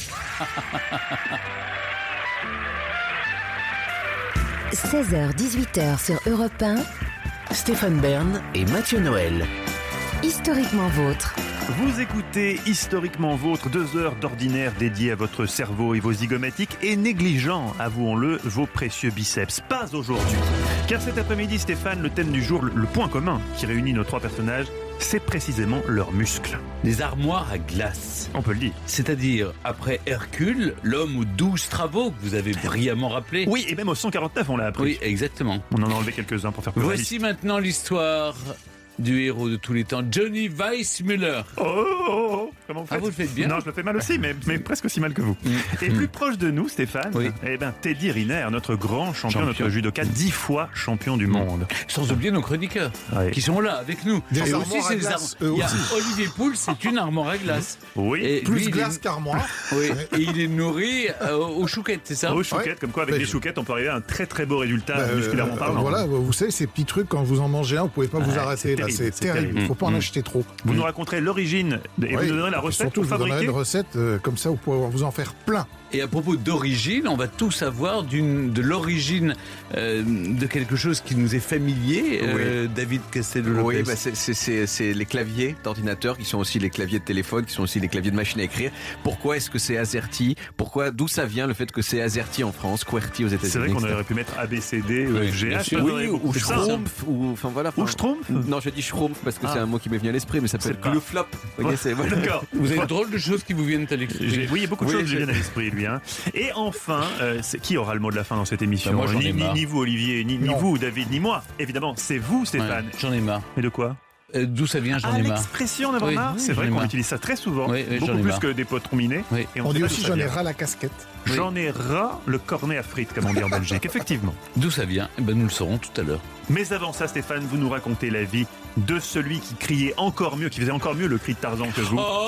seize heures dix-huit heures sur Europe un, Stéphane Bern et Mathieu Noël. historiquement vôtre. Vous écoutez Historiquement Vôtre, deux heures d'ordinaire dédiées à votre cerveau et vos zygomatiques et négligeant, avouons-le, vos précieux biceps. Pas aujourd'hui. Car cet après-midi, Stéphane, le thème du jour, le, le point commun qui réunit nos trois personnages, c'est précisément leurs muscles. Des armoires à glace. On peut le dire. C'est-à-dire, après Hercule, l'homme aux douze travaux que vous avez brillamment rappelé. Oui, et même au cent quarante-neuf, on l'a appris. Oui, exactement. On en a enlevé quelques-uns pour faire plus Voici maintenant l'histoire du héros de tous les temps, Johnny Weissmuller. Oh, oh, oh. Comment vous faites? Ah, vous le faites bien. Non, je le fais mal aussi, mais, mais presque aussi mal que vous. Et plus proche de nous, Stéphane, Oui. eh ben, Teddy Riner, notre grand champion, Champion. notre judoka, dix fois champion du monde. Sans oublier nos chroniqueurs, Ouais. qui sont là avec nous. Des Et armoires à ces glace, ar- eux Il y a aussi. Olivier Pouls, c'est une armoire à glace. Oui. Et Plus lui, il est- glace qu'armoire. Oui, et il est nourri euh, aux chouquettes, c'est ça? Aux chouquettes, comme quoi avec Ouais. les chouquettes, on peut arriver à un très très beau résultat Bah, musculairement euh, parlant. Voilà, vous savez, ces petits trucs, quand vous en mangez un, vous pouvez pas vous Ouais, arrêter. c'est là, terrible, C'est c'est terrible. terrible. Il faut pas en Mm. acheter trop. Vous nous raconterez l'origine et Oui. vous nous donnerez la Et recette surtout, pour je vous donnerai fabriquer. une recette, euh, comme ça, vous pouvez vous en faire plein. Et à propos d'origine, on va tout savoir d'une, de l'origine euh, de quelque chose qui nous est familier, euh, David Castello-Lopez. Oui, bah c'est, c'est, c'est, c'est les claviers d'ordinateur qui sont aussi les claviers de téléphone, qui sont aussi les claviers de machine à écrire. Pourquoi est-ce que c'est AZERTY? Pourquoi, d'où ça vient le fait que c'est AZERTY en France, QWERTY aux États-Unis? C'est vrai qu'on et cetera. aurait pu mettre A B C D, Oui, E, F G bien H. sûr. ça Oui, aurait ou beaucoup- c'est ça. Schtroumpf, ou enfin voilà. Ou enfin, Schtroumpf. Non, je dis Schtroumpf parce que Ah. c'est un mot qui m'est venu à l'esprit, mais ça peut C'est être pas- Gluflop. Vous voyez, c'est voilà. D'accord. Vous avez drôle de choses qui vous viennent à l'esprit. J'ai- Oui, il y a beaucoup de Oui, choses qui j'ai- viennent à l'esprit, lui. Hein. Et enfin, euh, c'est- qui aura le mot de la fin dans cette émission? Bah, moi, j'en ai ni, ni, marre. ni vous, Olivier, ni, ni Non. vous, David, ni moi. Évidemment, c'est vous, Ouais, Stéphane. j'en ai marre. Et de quoi? Euh, d'où ça vient, j'en Ah, ai marre. l'expression d'avoir Oui, marre. oui, C'est j'en vrai ai qu'on marre. utilise ça très souvent. Oui, oui, j'en beaucoup ai plus marre. que des potes ruminés. Oui. Et On sait dit pas aussi d'où ça j'en ai vient. ras la casquette. J'en ai ras le cornet à frites, comme on dit en Belgique. Effectivement. D'où ça vient? Eh ben, nous le saurons tout à l'heure. Mais avant ça, Stéphane, vous nous racontez la vie de celui qui criait encore mieux, qui faisait encore mieux le cri de Tarzan que vous. Oh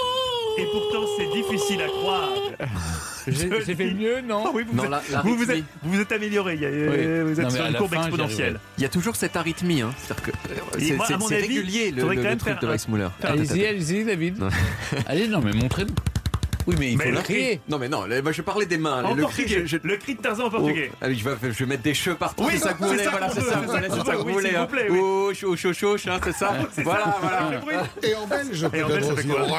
Et pourtant, c'est difficile à croire. J'ai Je j'ai fait dis- mieux, non? Ah oui, vous, Non, êtes, la- la vous, vous rythmie. êtes, vous vous êtes amélioré. Il y a- Oui. Vous êtes Non, mais sur à une la courbe fin, j'y exponentielle. arriverai. Il y a toujours cette arythmie, hein. C'est-à-dire que euh, Et c'est, moi, à c'est- mon c'est avis, régulier le, faudrait le- quand le même truc faire de un- Weissmuller. Allez-y, allez-y, David. Non. Allez, non, mais montrez-nous. Oui, mais il Mais faut le le crier. Non mais non, là, moi, je parlais des mains. En le portugais. cri, je- je- Le cri de Tarzan en Oh, portugais. allez, je vais, je vais mettre des cheveux partout. Oui, c'est ça que vous c'est voulez, ça voilà, qu'on c'est veut, ça, c'est voilà, ça c'est qu'on ça que veut, vous oui, voulez. s'il vous hein. plaît, oui. Oh, chaud, chaud, chaud, hein, c'est ça. C'est Voilà, ça. voilà. Le bruit. Et en belge, Et en belge, ça fait quoi?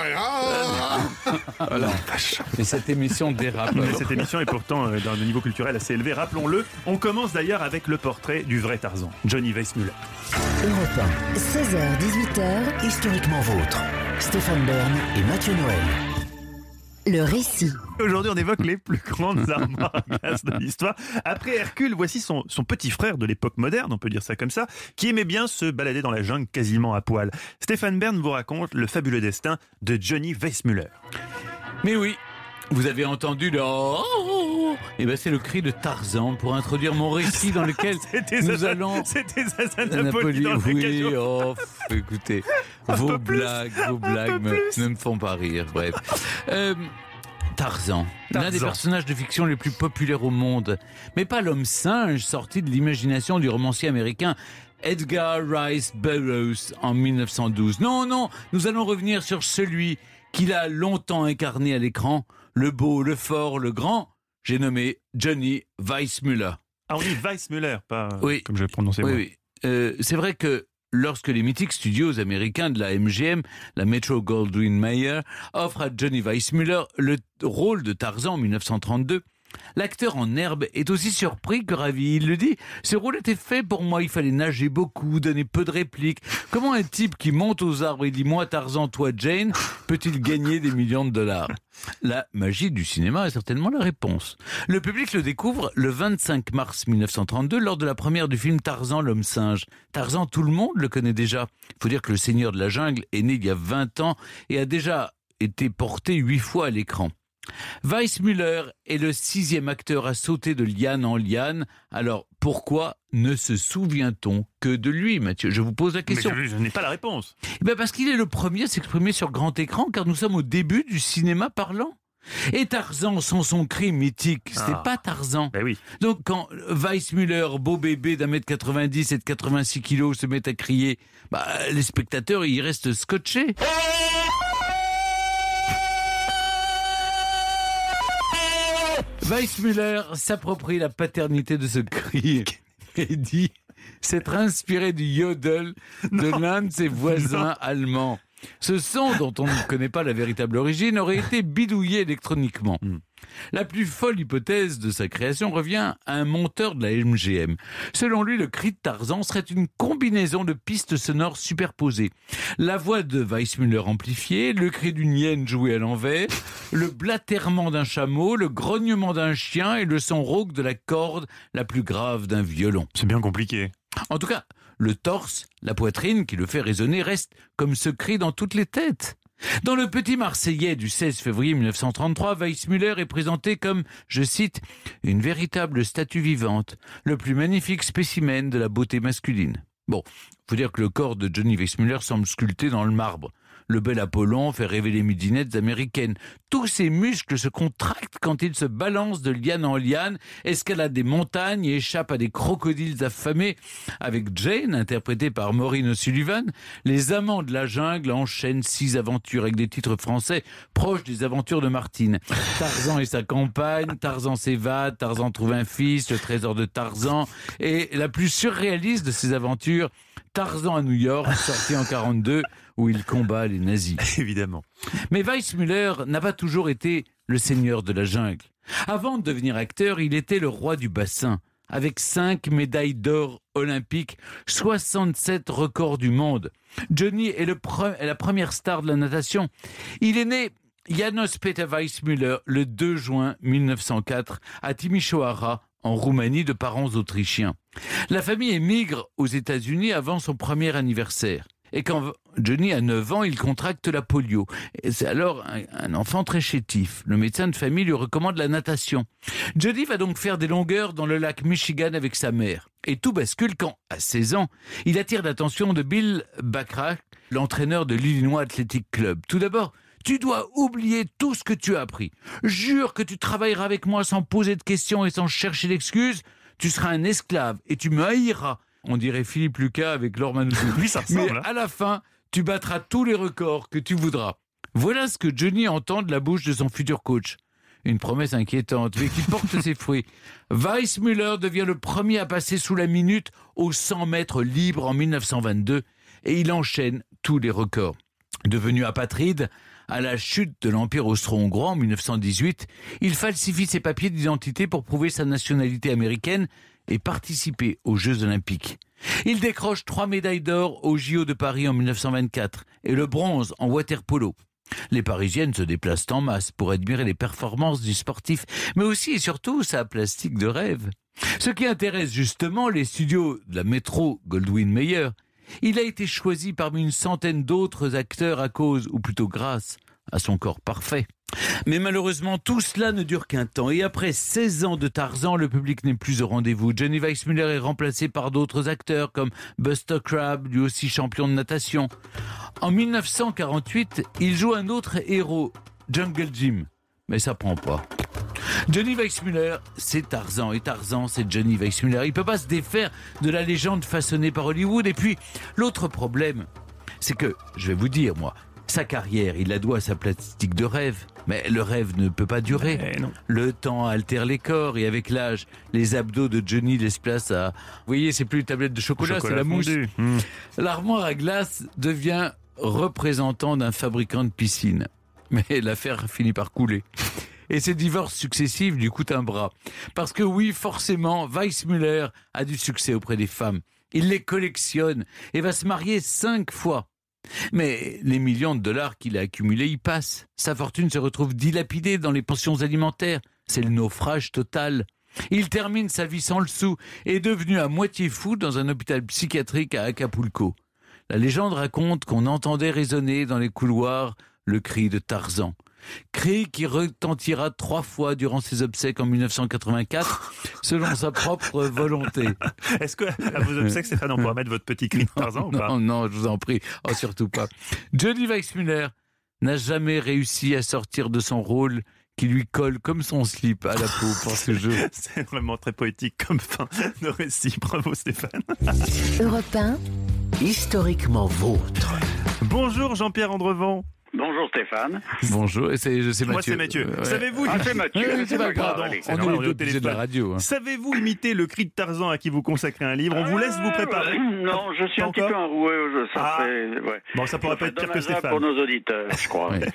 Voilà. Mais cette émission dérape. Mais cette émission est pourtant euh, d'un niveau culturel assez élevé, rappelons-le. On commence d'ailleurs avec le portrait du vrai Tarzan, Johnny Weissmuller. Europe un. seize heures dix-huit heures, Historiquement vôtre. Stéphane Bern et Mathieu Noël. le récit. Aujourd'hui, on évoque les plus grandes armoires à glace de l'histoire. Après Hercule, voici son, son petit frère de l'époque moderne, on peut dire ça comme ça, qui aimait bien se balader dans la jungle quasiment à poil. Stéphane Bern vous raconte le fabuleux destin de Johnny Weissmuller. Mais oui, vous avez entendu le oh, et ben c'est le cri de Tarzan pour introduire mon récit dans lequel C'était nous Zaza- allons. C'était Zaza Napoli, Napoli dans la oui, cage. oh, f- écoutez, Un vos peu plus, blagues, vos blagues peu me, plus. ne me font pas rire. Bref, euh, Tarzan, l'un des Tarzan. personnages de fiction les plus populaires au monde, mais pas l'homme singe sorti de l'imagination du romancier américain Edgar Rice Burroughs en mille neuf cent douze. Non, non, nous allons revenir sur celui qu'il a longtemps incarné à l'écran, le beau, le fort, le grand. J'ai nommé Johnny Weissmuller. Ah, on dit Weissmuller, pas Oui. comme je vais prononcer Oui, moi. oui. Euh, c'est vrai que lorsque les mythiques studios américains de la M G M, la Metro-Goldwyn-Mayer, offrent à Johnny Weissmuller le rôle de Tarzan en mille neuf cent trente-deux, L'acteur en herbe est aussi surpris que ravi. Il le dit, ce rôle était fait pour moi, il fallait nager beaucoup, donner peu de répliques. Comment un type qui monte aux arbres et dit « moi Tarzan, toi Jane » peut-il gagner des millions de dollars ? La magie du cinéma est certainement la réponse. Le public le découvre le vingt-cinq mars mille neuf cent trente-deux lors de la première du film Tarzan l'homme singe. Tarzan, tout le monde le connaît déjà. Il faut dire que le Seigneur de la jungle est né il y a vingt ans et a déjà été porté huit fois à l'écran. Weissmuller est le sixième acteur à sauter de liane en liane. Alors, pourquoi ne se souvient-on que de lui, Mathieu ? Je vous pose la question. Mais je, je n'ai pas la réponse. Eh bien parce qu'il est le premier à s'exprimer sur grand écran, car nous sommes au début du cinéma parlant. Et Tarzan, sans son cri mythique, c'est Ah. pas Tarzan. Ben oui. Donc quand Weissmuller, beau bébé d'un mètre quatre-vingt-dix et de quatre-vingt-six kilos, se met à crier, bah, les spectateurs, ils restent scotchés. Weissmuller s'approprie la paternité de ce cri et dit s'être inspiré du yodel de l'un de ses voisins allemands. Ce son, dont on ne connaît pas la véritable origine, aurait été bidouillé électroniquement. Mm. La plus folle hypothèse de sa création revient à un monteur de la M G M. Selon lui, le cri de Tarzan serait une combinaison de pistes sonores superposées. La voix de Weissmuller amplifiée, le cri d'une hyène joué à l'envers, le blatèrement d'un chameau, le grognement d'un chien et le son rauque de la corde la plus grave d'un violon. C'est bien compliqué. En tout cas, le torse, la poitrine qui le fait résonner reste comme ce cri dans toutes les têtes. Dans le Petit Marseillais du seize février mille neuf cent trente-trois, Weissmuller est présenté comme, je cite, « une véritable statue vivante, le plus magnifique spécimen de la beauté masculine ». Bon, faut dire que le corps de Johnny Weissmuller semble sculpté dans le marbre. Le bel Apollon fait rêver les midinettes américaines. Tous ses muscles se contractent quand il se balance de liane en liane, escalade des montagnes et échappe à des crocodiles affamés. Avec Jane, interprétée par Maureen O'Sullivan, les amants de la jungle enchaînent six aventures avec des titres français proches des aventures de Martine. Tarzan et sa campagne, Tarzan s'évade, Tarzan trouve un fils, le trésor de Tarzan, et la plus surréaliste de ces aventures, Tarzan à New York, sorti en quarante-deux, où il combat les nazis. Évidemment. Mais Weissmuller n'a pas toujours été le seigneur de la jungle. Avant de devenir acteur, il était le roi du bassin, avec cinq médailles d'or olympiques, soixante-sept records du monde. Johnny est, le pre- est la première star de la natation. Il est né János Péter Weissmuller le deux juin mille neuf cent quatre à Timișoara, en Roumanie, de parents autrichiens. La famille émigre aux États-Unis avant son premier anniversaire. Et quand Johnny a neuf ans, il contracte la polio. Et c'est alors un, un enfant très chétif. Le médecin de famille lui recommande la natation. Johnny va donc faire des longueurs dans le lac Michigan avec sa mère. Et tout bascule quand, à seize ans, il attire l'attention de Bill Bachrach, l'entraîneur de l'Illinois Athletic Club. Tout d'abord, tu dois oublier tout ce que tu as appris. Jure que tu travailleras avec moi sans poser de questions et sans chercher d'excuses. Tu seras un esclave et tu me haïras. On dirait Philippe Lucas avec Laure Manouchian. Oui, ça ressemble. Mais à la fin, tu battras tous les records que tu voudras. Voilà ce que Johnny entend de la bouche de son futur coach. Une promesse inquiétante, mais qui porte ses fruits. Weissmuller devient le premier à passer sous la minute aux cent mètres libres en mille neuf cent vingt-deux et il enchaîne tous les records. Devenu apatride, à la chute de l'Empire austro-hongrois en mille neuf cent dix-huit, il falsifie ses papiers d'identité pour prouver sa nationalité américaine et participer aux Jeux Olympiques. Il décroche trois médailles d'or aux J O de Paris en mille neuf cent vingt-quatre et le bronze en water-polo. Les Parisiennes se déplacent en masse pour admirer les performances du sportif, mais aussi et surtout sa plastique de rêve. Ce qui intéresse justement les studios de la Metro Goldwyn Mayer, il a été choisi parmi une centaine d'autres acteurs à cause, ou plutôt grâce, à son corps parfait. Mais malheureusement, tout cela ne dure qu'un temps. Et après seize ans de Tarzan, le public n'est plus au rendez-vous. Johnny Weissmuller est remplacé par d'autres acteurs comme Buster Crabbe, lui aussi champion de natation. En mille neuf cent quarante-huit, il joue un autre héros, Jungle Jim. Mais ça prend pas. Johnny Weissmuller, c'est Tarzan, et Tarzan, c'est Johnny Weissmuller. Il ne peut pas se défaire de la légende façonnée par Hollywood. Et puis, l'autre problème, c'est que, je vais vous dire, moi, sa carrière, il la doit à sa plastique de rêve. Mais le rêve ne peut pas durer. Eh non. Le temps altère les corps, et avec l'âge, les abdos de Johnny laissent place à... Vous voyez, c'est plus une tablette de chocolat, Chocolat c'est la mousse. fondu. Mmh. L'armoire à glace devient représentant d'un fabricant de piscine. Mais l'affaire finit par couler. Et ces divorces successifs lui coûtent un bras. Parce que oui, forcément, Weissmuller a du succès auprès des femmes. Il les collectionne et va se marier cinq fois. Mais les millions de dollars qu'il a accumulés y passent. Sa fortune se retrouve dilapidée dans les pensions alimentaires. C'est le naufrage total. Il termine sa vie sans le sou et est devenu à moitié fou dans un hôpital psychiatrique à Acapulco. La légende raconte qu'on entendait résonner dans les couloirs le cri de Tarzan. Cri qui retentira trois fois durant ses obsèques en dix-neuf cent quatre-vingt-quatre, selon sa propre volonté. Est-ce que à vos obsèques, Stéphane, on pourra mettre votre petit cri de Tarzan non, ou pas? Non, non, je vous en prie. Oh, surtout pas. Johnny Weissmuller n'a jamais réussi à sortir de son rôle qui lui colle comme son slip à la peau pour ce jeu. C'est vraiment très poétique comme fin de récit. Bravo Stéphane. Europe un, Historiquement vôtre. Bonjour Jean-Pierre Andrevon. Bonjour Stéphane. Bonjour, et c'est, c'est Mathieu. Moi c'est Mathieu. Euh, ouais. Savez-vous Ah, c'est Mathieu. Oui, c'est pas grave. Pardon, allez. c'est On normal, est on les est au deux obligés de la téléphone. radio. Hein. Savez-vous imiter le cri de Tarzan à qui vous consacrez un livre? On vous laisse vous préparer. Euh, non, je suis Pas un petit encore peu enroué. Je, ça Ah. fait, ouais. Bon, ça pourrait Ça pas fait être pire que dommageable Stéphane. pour nos auditeurs, je crois. Ouais.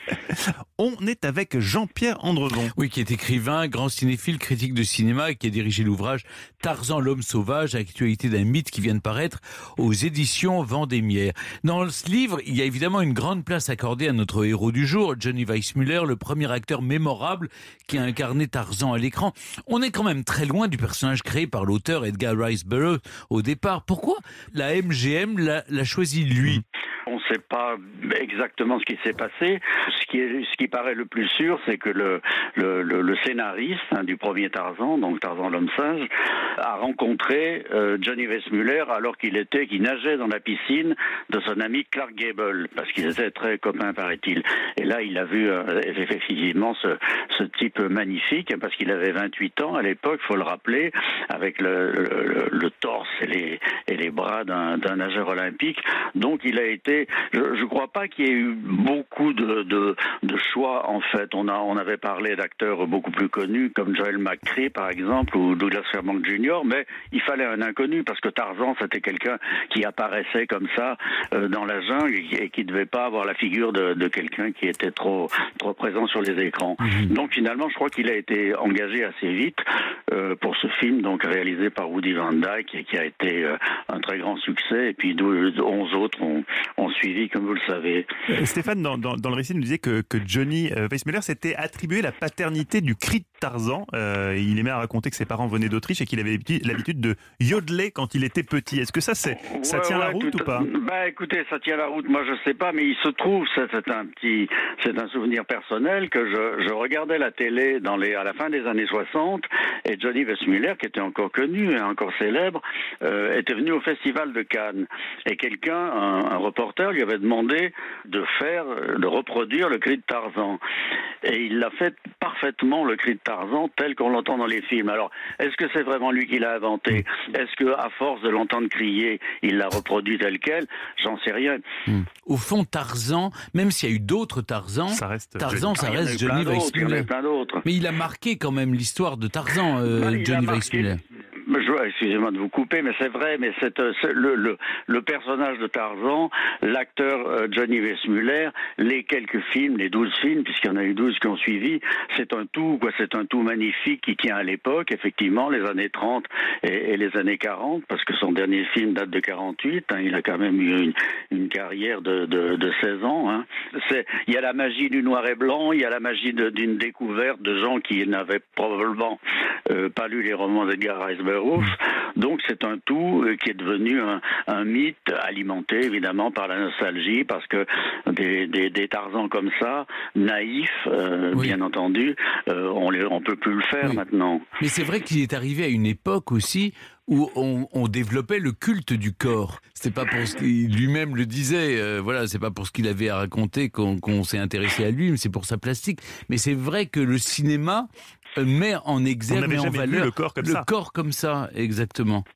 On est avec Jean-Pierre Andrevon. Oui, qui est écrivain, grand cinéphile, critique de cinéma, et qui a dirigé l'ouvrage Tarzan l'homme sauvage, actualité d'un mythe qui vient de paraître aux éditions Vendémiaire. Dans ce livre, il y a évidemment une grande place accordée à notre héros du jour, Johnny Weissmuller, le premier acteur mémorable qui a incarné Tarzan à l'écran. On est quand même très loin du personnage créé par l'auteur Edgar Rice Burroughs au départ. Pourquoi la M G M l'a, l'a choisi lui ? On ne sait pas exactement ce qui s'est passé. Ce qui, est, ce qui paraît le plus sûr, c'est que le, le, le, le scénariste hein, du premier Tarzan, donc Tarzan l'homme singe, a rencontré euh, Johnny Weissmuller alors qu'il était, qu'il nageait dans la piscine de son ami Clark Gable, parce qu'ils étaient très copains, paraît-il. Et là, il a vu euh, effectivement ce, ce type magnifique, parce qu'il avait vingt-huit ans à l'époque, il faut le rappeler, avec le, le, le torse et les, et les bras d'un, d'un nageur olympique. Donc, il a été Je ne crois pas qu'il y ait eu beaucoup de, de, de choix, en fait. On, a, on avait parlé d'acteurs beaucoup plus connus, comme Joel McCrea, par exemple, ou Douglas Fairbanks junior, mais il fallait un inconnu, parce que Tarzan, c'était quelqu'un qui apparaissait comme ça euh, dans la jungle et qui ne devait pas avoir la figure de, de quelqu'un qui était trop, trop présent sur les écrans. Mmh. Donc, finalement, je crois qu'il a été engagé assez vite euh, pour ce film, donc réalisé par Woody Van Dyke, et qui a été euh, un très grand succès, et puis onze autres ont ont suivi, comme vous le savez. Stéphane, dans, dans, dans le récit, nous disait que, que Johnny euh, Weissmuller s'était attribué la paternité du cri de Tarzan. Euh, il aimait à raconter que ses parents venaient d'Autriche et qu'il avait l'habitude de yodeler quand il était petit. Est-ce que ça, c'est, ça ouais, tient ouais, la route tout, ou pas? Bah écoutez, ça tient la route, moi je sais pas, mais il se trouve, c'est, c'est un petit, c'est un souvenir personnel, que je, je regardais la télé dans les, à la fin des années soixante, et Johnny Weissmuller, qui était encore connu et encore célèbre, euh, était venu au Festival de Cannes. Et quelqu'un, un, un reporter, lui avait demandé de faire, de reproduire le cri de Tarzan. Et il l'a fait parfaitement, le cri de Tarzan, tel qu'on l'entend dans les films. Alors, est-ce que c'est vraiment lui qui l'a inventé? Est-ce que, à force de l'entendre crier, il l'a reproduit tel quel? J'en sais rien. Mmh. Au fond, Tarzan, même s'il y a eu d'autres Tarzans, ça reste Tarzan, ça ah, reste Johnny Weissmuller. Mais il a marqué quand même l'histoire de Tarzan, euh, bah, Johnny Weissmuller. Excusez-moi de vous couper, mais c'est vrai, mais c'est, c'est le, le, le personnage de Tarzan, l'acteur euh, Johnny Weissmuller, les quelques films, les douze films, puisqu'il y en a eu douze qui ont suivi, c'est un tout, quoi, c'est un tout magnifique qui tient à l'époque, effectivement, les années trente et, et les années quarante, parce que son dernier film date de quarante-huit, hein, il a quand même eu une, une carrière de, de, de seize ans. Hein. C'est, il y a la magie du noir et blanc, il y a la magie de, d'une découverte de gens qui n'avaient probablement euh, pas lu les romans d'Edgar Rice Burroughs. Donc c'est un tout qui est devenu un, un mythe alimenté évidemment par la nostalgie, parce que des, des, des Tarzans comme ça, naïfs, euh, oui. bien entendu, euh, on ne on peut plus le faire oui. maintenant. Mais c'est vrai qu'il est arrivé à une époque aussi où on, on développait le culte du corps. C'est pas pour ce qu'il lui-même le disait, euh, voilà, c'est pas pour ce qu'il avait à raconter qu'on, qu'on s'est intéressé à lui, mais c'est pour sa plastique. Mais c'est vrai que le cinéma met en exergue, met en valeur le corps comme le ça. corps comme ça, exactement.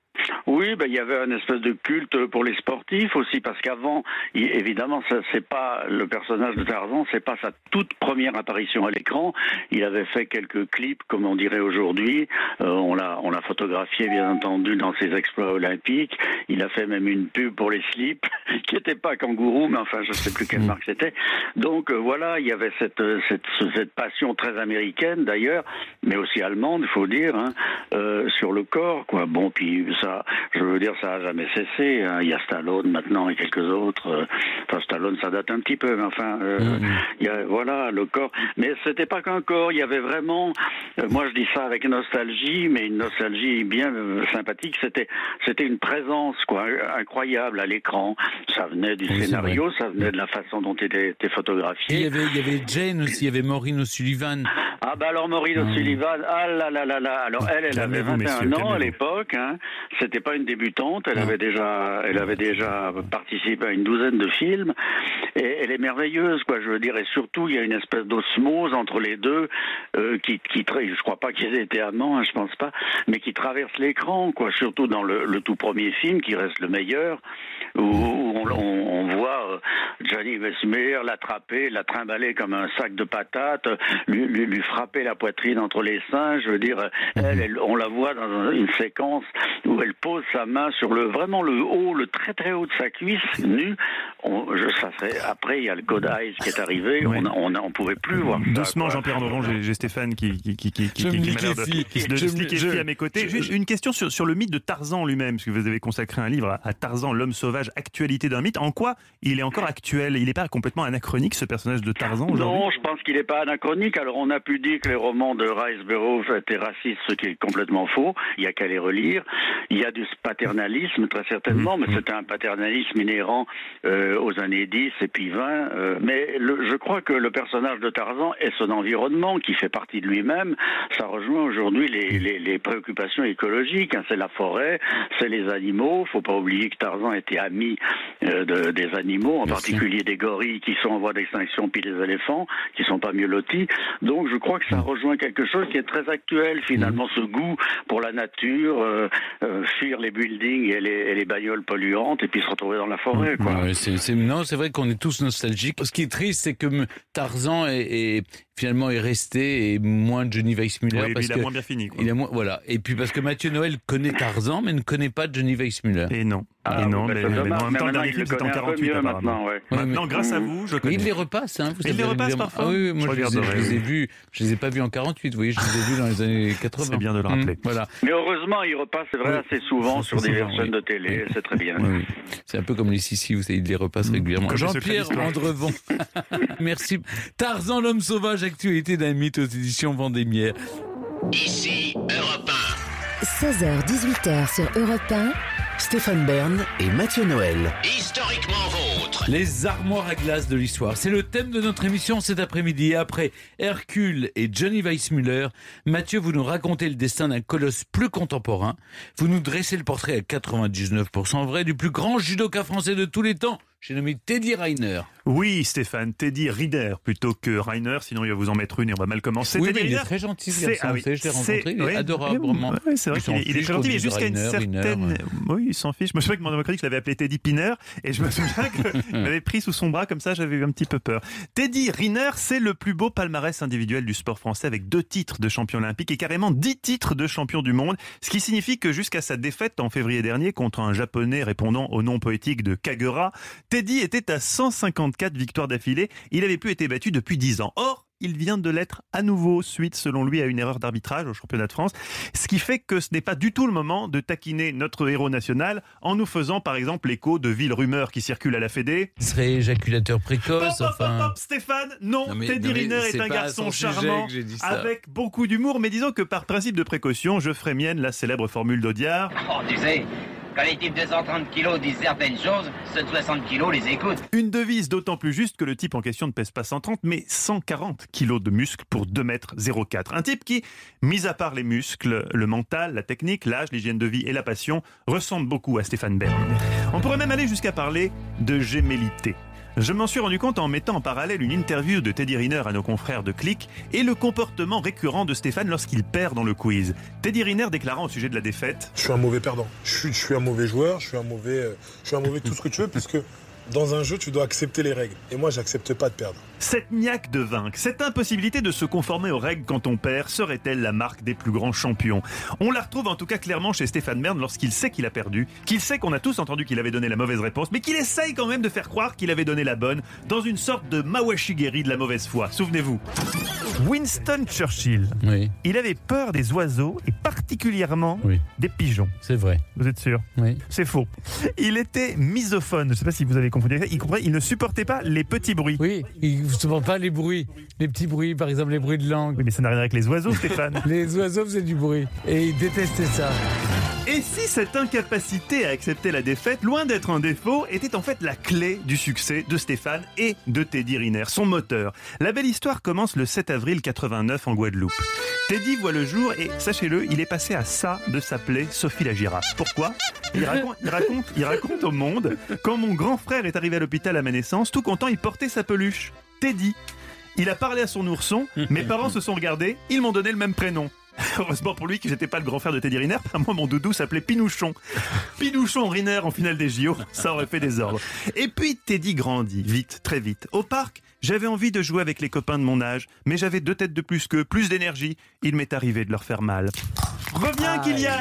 Oui, ben, il y avait un espèce de culte pour les sportifs aussi, parce qu'avant, il, évidemment, ça, c'est pas le personnage de Tarzan, c'est pas sa toute première apparition à l'écran. Il avait fait quelques clips, comme on dirait aujourd'hui. Euh, on l'a, on l'a photographié, bien entendu, dans ses exploits olympiques. Il a fait même une pub pour les slips, qui n'était pas kangourou, mais enfin, je sais plus quelle marque c'était. Donc euh, voilà, il y avait cette, cette, cette passion très américaine d'ailleurs, mais aussi allemande, il faut dire, hein, euh, sur le corps, quoi. Bon, puis ça, je veux dire, ça a jamais cessé. Hein. Il y a Stallone maintenant et quelques autres. Euh, enfin, Stallone, ça date un petit peu, mais enfin, euh, mmh. il y a, voilà, le corps. Mais c'était pas qu'un corps. Il y avait vraiment, euh, moi je dis ça avec nostalgie, mais une nostalgie bien euh, sympathique. C'était, c'était une présence, quoi, incroyable à l'écran. Ça venait du oui, scénario, ça venait de la façon dont il était, était photographié. Et il y avait, il y avait Jane aussi, il y avait Maureen O'Sullivan. Ah bah alors Maureen mmh. O'Sullivan, ah là là là là. Alors elle, elle avait vingt et un ans à l'époque. Hein. C'était pas une débutante. Elle mmh. avait déjà, elle avait déjà participé à une douzaine de films. Et elle est merveilleuse, quoi. Je veux dire, et surtout il y a une espèce d'osmose entre les deux euh, qui, qui, je crois pas qu'ils aient été amants, hein, je pense pas, mais qui traverse l'écran, quoi. Surtout dans le, le tout premier film, qui reste le meilleur, où, où on, on, on voit Johnny Weissmuller l'attraper, la trimballer comme un sac de patates, lui, lui, lui frapper la poitrine entre les seins. Je veux dire, elle, elle, on la voit dans une séquence où elle pose sa main sur le vraiment le haut, le très très haut de sa cuisse nue. On, je, ça serait, après, il y a le Code Eyes qui est arrivé. Oui. On ne pouvait plus voir ça. Doucement, quoi. Jean-Pierre Andron, j'ai, j'ai Stéphane qui, qui, qui, qui, qui, qui m'a l'air de, qui se liquéfie à mes côtés. Je, Juste une question sur, sur le mythe de Tarzan lui-même, parce que vous avez consacré un livre à, à Tarzan, l'homme sauvage, actualité d'un mythe. En quoi il est encore actuel? Il n'est pas complètement anachronique, ce personnage de Tarzan, aujourd'hui? Non, je pense qu'il n'est pas anachronique. Alors, on a pu dire que les romans de Rice-Burroughs étaient racistes, ce qui est complètement faux. Il n'y a qu'à les relire. Il y a du paternalisme, très certainement, mmh. mais c'est un paternalisme inhérent euh, aux années dix et puis vingt. Euh, mais le, je crois que le personnage de Tarzan et son environnement, qui fait partie de lui-même, ça rejoint aujourd'hui les, les, les préoccupations écologiques. Hein. C'est la forêt, c'est les animaux. Il ne faut pas oublier que Tarzan était ami euh, de, des animaux, en Merci. particulier des gorilles qui sont en voie d'extinction, puis les éléphants qui ne sont pas mieux lotis. Donc je crois que ça rejoint quelque chose qui est très actuel, finalement, ce goût pour la nature, euh, euh, fuir les buildings et les, et les bagnoles polluantes, et puis se retrouver dans la forêt, quoi. Ouais, c'est, c'est, non, c'est vrai qu'on est tous nostalgiques. Ce qui est triste, c'est que Tarzan est, est finalement est resté et moins Johnny Weissmuller. Oui, parce il a que moins bien fini, quoi. Il a moins, voilà. Et puis parce que Mathieu Noël connaît Tarzan, mais ne connaît pas Johnny Weissmuller. Et non. Ah, et non, bah, mais, mais non, en même temps, le dernier film, c'est en quarante-huit, apparemment. Maintenant, ouais. Maintenant, grâce à vous, je connais. Mais il les repasse, hein. Vous il les repasse parfois. Ah oui, moi je, je, les ai, je les ai vus, je les ai pas vus en quarante-huit, vous voyez, je les ai vus dans les années quatre-vingts. C'est bien de le rappeler. Mmh, voilà. Mais heureusement, il repasse, c'est vrai, oui. assez souvent sur des versions oui. de télé, oui. c'est très bien. Oui. C'est un peu comme les Sissi, vous savez, il les repasse mmh. régulièrement. Comme Jean-Pierre Andrevon, merci. Tarzan, l'homme sauvage, actualité d'un mythe aux éditions Vendémiaire. Ici, Europe un. seize heures dix-huit heures sur Europe un. Stéphane Bern et Mathieu Noël. Historiquement vôtre. Les armoires à glace de l'histoire. C'est le thème de notre émission cet après-midi. Après Hercule et Johnny Weissmuller, Mathieu, vous nous racontez le destin d'un colosse plus contemporain. Vous nous dressez le portrait à quatre-vingt-dix-neuf pour cent vrai du plus grand judoka français de tous les temps. J'ai nommé Teddy Riner. Oui, Stéphane, Teddy Riner plutôt que Reiner, sinon il va vous en mettre une et on va mal commencer. Oui, Teddy mais il Riner, est très gentil, ce garçon, ah oui, je l'ai rencontré, il est oui, adorable, vraiment. Oui, c'est vrai qu'il est, il est très gentil, mais jusqu'à une certaine... Riner. Oui, il s'en fiche. Moi, je sais que mon démocratique, je l'avais appelé Teddy Piner, et je me souviens qu'il m'avait pris sous son bras, comme ça, j'avais eu un petit peu peur. Teddy Riner, c'est le plus beau palmarès individuel du sport français, avec deux titres de champion olympique et carrément dix titres de champion du monde, ce qui signifie que jusqu'à sa défaite en février dernier contre un japonais répondant au nom poétique de Kagura, Teddy était à cent cinquante-quatre victoires d'affilée. Il avait plus été battu depuis dix ans. Or, il vient de l'être à nouveau suite, selon lui, à une erreur d'arbitrage au championnat de France. Ce qui fait que ce n'est pas du tout le moment de taquiner notre héros national en nous faisant, par exemple, l'écho de villes rumeurs qui circulent à la Fédé. Il serait éjaculateur précoce, pop, enfin... Pop, pop, Stéphane, non, non mais, Teddy non, Riner est, est un garçon charmant, avec beaucoup d'humour, mais disons que par principe de précaution, je ferai mienne la célèbre formule d'Audiard. Oh, tu sais... Quand les types de cent trente kilos disent certaines choses, ceux de soixante kilos les écoutent. Une devise d'autant plus juste que le type en question ne pèse pas cent trente, mais cent quarante kilos de muscles pour deux mètres zéro quatre. Un type qui, mis à part les muscles, le mental, la technique, l'âge, l'hygiène de vie et la passion, ressemble beaucoup à Stéphane Bern. On pourrait même aller jusqu'à parler de gémellité. Je m'en suis rendu compte en mettant en parallèle une interview de Teddy Riner à nos confrères de Click et le comportement récurrent de Stéphane lorsqu'il perd dans le quiz. Teddy Riner déclarant au sujet de la défaite: je suis un mauvais perdant, je suis, je suis un mauvais joueur, je suis un mauvais, euh, je suis un mauvais tout ce que tu veux, puisque dans un jeu, tu dois accepter les règles. Et moi, j'accepte pas de perdre. Cette niaque de vaincre, cette impossibilité de se conformer aux règles quand on perd, serait-elle la marque des plus grands champions? On la retrouve en tout cas clairement chez Stéphane Bern lorsqu'il sait qu'il a perdu, qu'il sait qu'on a tous entendu qu'il avait donné la mauvaise réponse, mais qu'il essaye quand même de faire croire qu'il avait donné la bonne, dans une sorte de Mawashigeri de la mauvaise foi. Souvenez-vous. Winston Churchill, oui. Il avait peur des oiseaux et particulièrement oui. des pigeons. C'est vrai. Vous êtes sûr? Oui. C'est faux. Il était misophone, je ne sais pas si vous avez confondu avec ça, il, comprenait, il ne supportait pas les petits bruits. Oui, il ne supporte pas les bruits, les petits bruits, par exemple les bruits de langue. Oui, mais ça n'a rien à voir avec les oiseaux, Stéphane. Les oiseaux faisaient du bruit et il détestait ça. Et si cette incapacité à accepter la défaite, loin d'être un défaut, était en fait la clé du succès de Stéphane et de Teddy Riner, son moteur. La belle histoire commence le sept avril quatre-vingt-neuf en Guadeloupe. Teddy voit le jour et, sachez-le, il est passé à ça de s'appeler Sophie la girafe. Pourquoi ? il raconte, il, raconte, il raconte au monde, quand mon grand frère est arrivé à l'hôpital à ma naissance, tout content, il portait sa peluche. Teddy. Il a parlé à son ourson, mes parents se sont regardés, ils m'ont donné le même prénom. Heureusement pour lui que j'étais pas le grand frère de Teddy Riner, moi mon doudou s'appelait Pinouchon. Pinouchon Riner en finale des J O, ça aurait fait des ordres. Et puis Teddy grandit, vite, très vite. Au parc, j'avais envie de jouer avec les copains de mon âge, mais j'avais deux têtes de plus qu'eux, plus d'énergie. Il m'est arrivé de leur faire mal. Reviens Kylian!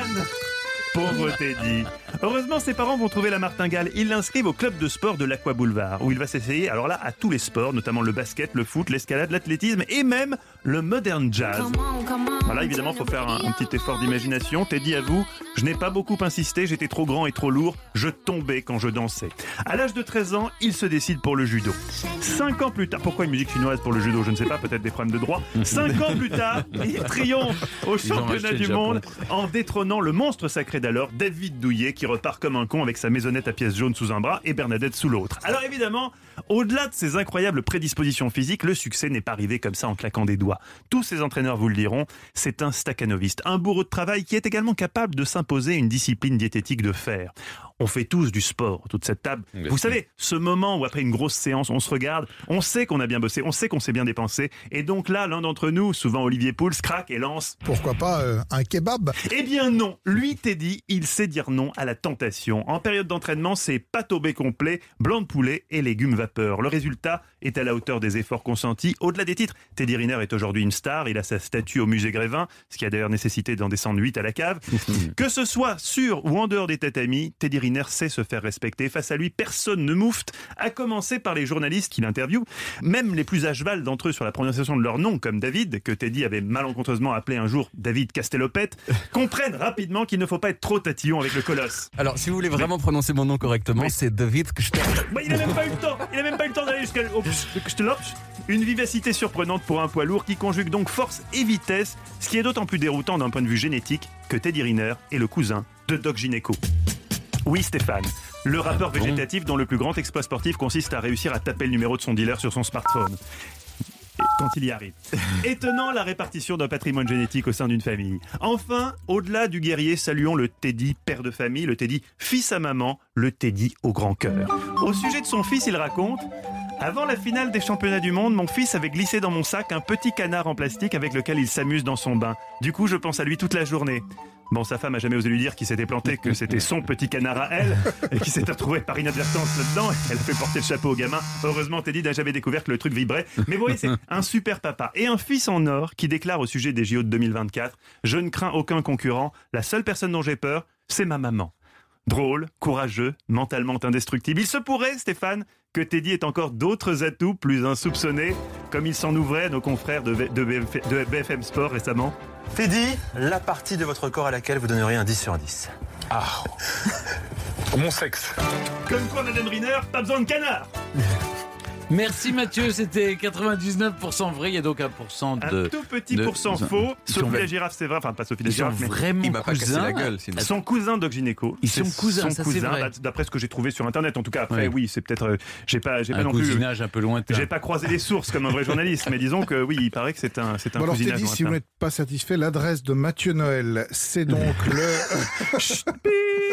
Pauvre Teddy. Heureusement, ses parents vont trouver la martingale. Ils l'inscrivent au club de sport de l'Aqua Boulevard, où il va s'essayer, alors là, à tous les sports, notamment le basket, le foot, l'escalade, l'athlétisme et même le modern jazz. Voilà, évidemment, il faut faire un, un petit effort d'imagination. Teddy avoue, je n'ai pas beaucoup insisté, j'étais trop grand et trop lourd, je tombais quand je dansais. À l'âge de treize ans, il se décide pour le judo. Cinq ans plus tard, pourquoi une musique chinoise pour le judo, je ne sais pas, peut-être des problèmes de droit. Cinq ans plus tard, il triomphe au championnat du monde en détrônant le monstre sacré d'alors, David Douillet, qui repart comme un con avec sa maisonnette à pièces jaunes sous un bras et Bernadette sous l'autre. Alors évidemment, au-delà de ses incroyables prédispositions physiques, le succès n'est pas arrivé comme ça en claquant des doigts. Tous ses entraîneurs vous le diront, c'est un stakhanoviste, un bourreau de travail qui est également capable de s'imposer une discipline diététique de fer. On fait tous du sport, toute cette table. Bien vous sûr. Savez, ce moment où après une grosse séance, on se regarde, on sait qu'on a bien bossé, on sait qu'on s'est bien dépensé. Et donc là, l'un d'entre nous, souvent Olivier Pouls, craque et lance... Pourquoi pas euh, un kebab ? Eh bien non, lui, Teddy, il sait dire non à la tentation. En période d'entraînement, c'est pâte au bacon complet, blanc de poulet et légumes vapeur. Le résultat est à la hauteur des efforts consentis. Au-delà des titres, Teddy Riner est aujourd'hui une star. Il a sa statue au musée Grévin, ce qui a d'ailleurs nécessité d'en descendre huit à la cave. Que ce soit sur ou en dehors des tatamis, Teddy Riner sait se faire respecter. Face à lui, personne ne moufte, à commencer par les journalistes qui l'interviewent. Même les plus à cheval d'entre eux sur la prononciation de leur nom, comme David, que Teddy avait malencontreusement appelé un jour David Castellopette, comprennent rapidement qu'il ne faut pas être trop tatillon avec le colosse. Alors, si vous voulez vraiment Mais... prononcer mon nom correctement, oui. c'est David Castellopette. Bah, il n'a même pas eu le temps. Il n'a même pas eu le temps d'aller jusqu'à Castellopette. Une vivacité surprenante pour un poids lourd qui conjugue donc force et vitesse, ce qui est d'autant plus déroutant d'un point de vue génétique que Teddy Riner est le cousin de Doc Gynéco. Oui, Stéphane, le rappeur végétatif dont le plus grand exploit sportif consiste à réussir à taper le numéro de son dealer sur son smartphone. Quand il y arrive. Étonnant la répartition d'un patrimoine génétique au sein d'une famille. Enfin, au-delà du guerrier, saluons le Teddy père de famille, le Teddy fils à maman, le Teddy au grand cœur. Au sujet de son fils, il raconte: avant la finale des championnats du monde, mon fils avait glissé dans mon sac un petit canard en plastique avec lequel il s'amuse dans son bain. Du coup, je pense à lui toute la journée. Bon, sa femme a jamais osé lui dire qu'il s'était planté, que c'était son petit canard à elle, et qu'il s'était retrouvé par inadvertance là-dedans. Elle a fait porter le chapeau au gamin. Heureusement, Teddy n'a jamais découvert que le truc vibrait. Mais vous voyez, c'est un super papa. Et un fils en or qui déclare au sujet des J O de deux mille vingt-quatre: je ne crains aucun concurrent. La seule personne dont j'ai peur, c'est ma maman. Drôle, courageux, mentalement indestructible. Il se pourrait, Stéphane, que Teddy ait encore d'autres atouts plus insoupçonnés, comme il s'en ouvrait à nos confrères de, de, B F, de B F M Sport récemment. Teddy, la partie de votre corps à laquelle vous donneriez un dix sur dix. Ah, mon sexe. Comme quoi, Madame Riner, pas besoin de canard. Merci Mathieu, c'était quatre-vingt-dix-neuf pour cent vrai, il y a donc un pourcent de... Un tout petit de, pourcent de, faux. Sophie sont, la girafe, c'est vrai, enfin pas Sophie la girafe, mais... vraiment il m'a pas cassé la gueule. Sinon. Son cousin Doc Gynéco. Ils sont cousins, son ça cousin, c'est vrai. D'après ce que j'ai trouvé sur internet, en tout cas après, oui, oui c'est peut-être... Euh, j'ai pas, j'ai un pas non plus... cousinage un peu lointain. J'ai pas croisé les sources comme un vrai journaliste, mais disons que oui, il paraît que c'est un, c'est un bon alors, cousinage Teddy, lointain. si vous n'êtes pas satisfait, l'adresse de Mathieu Noël, c'est donc le...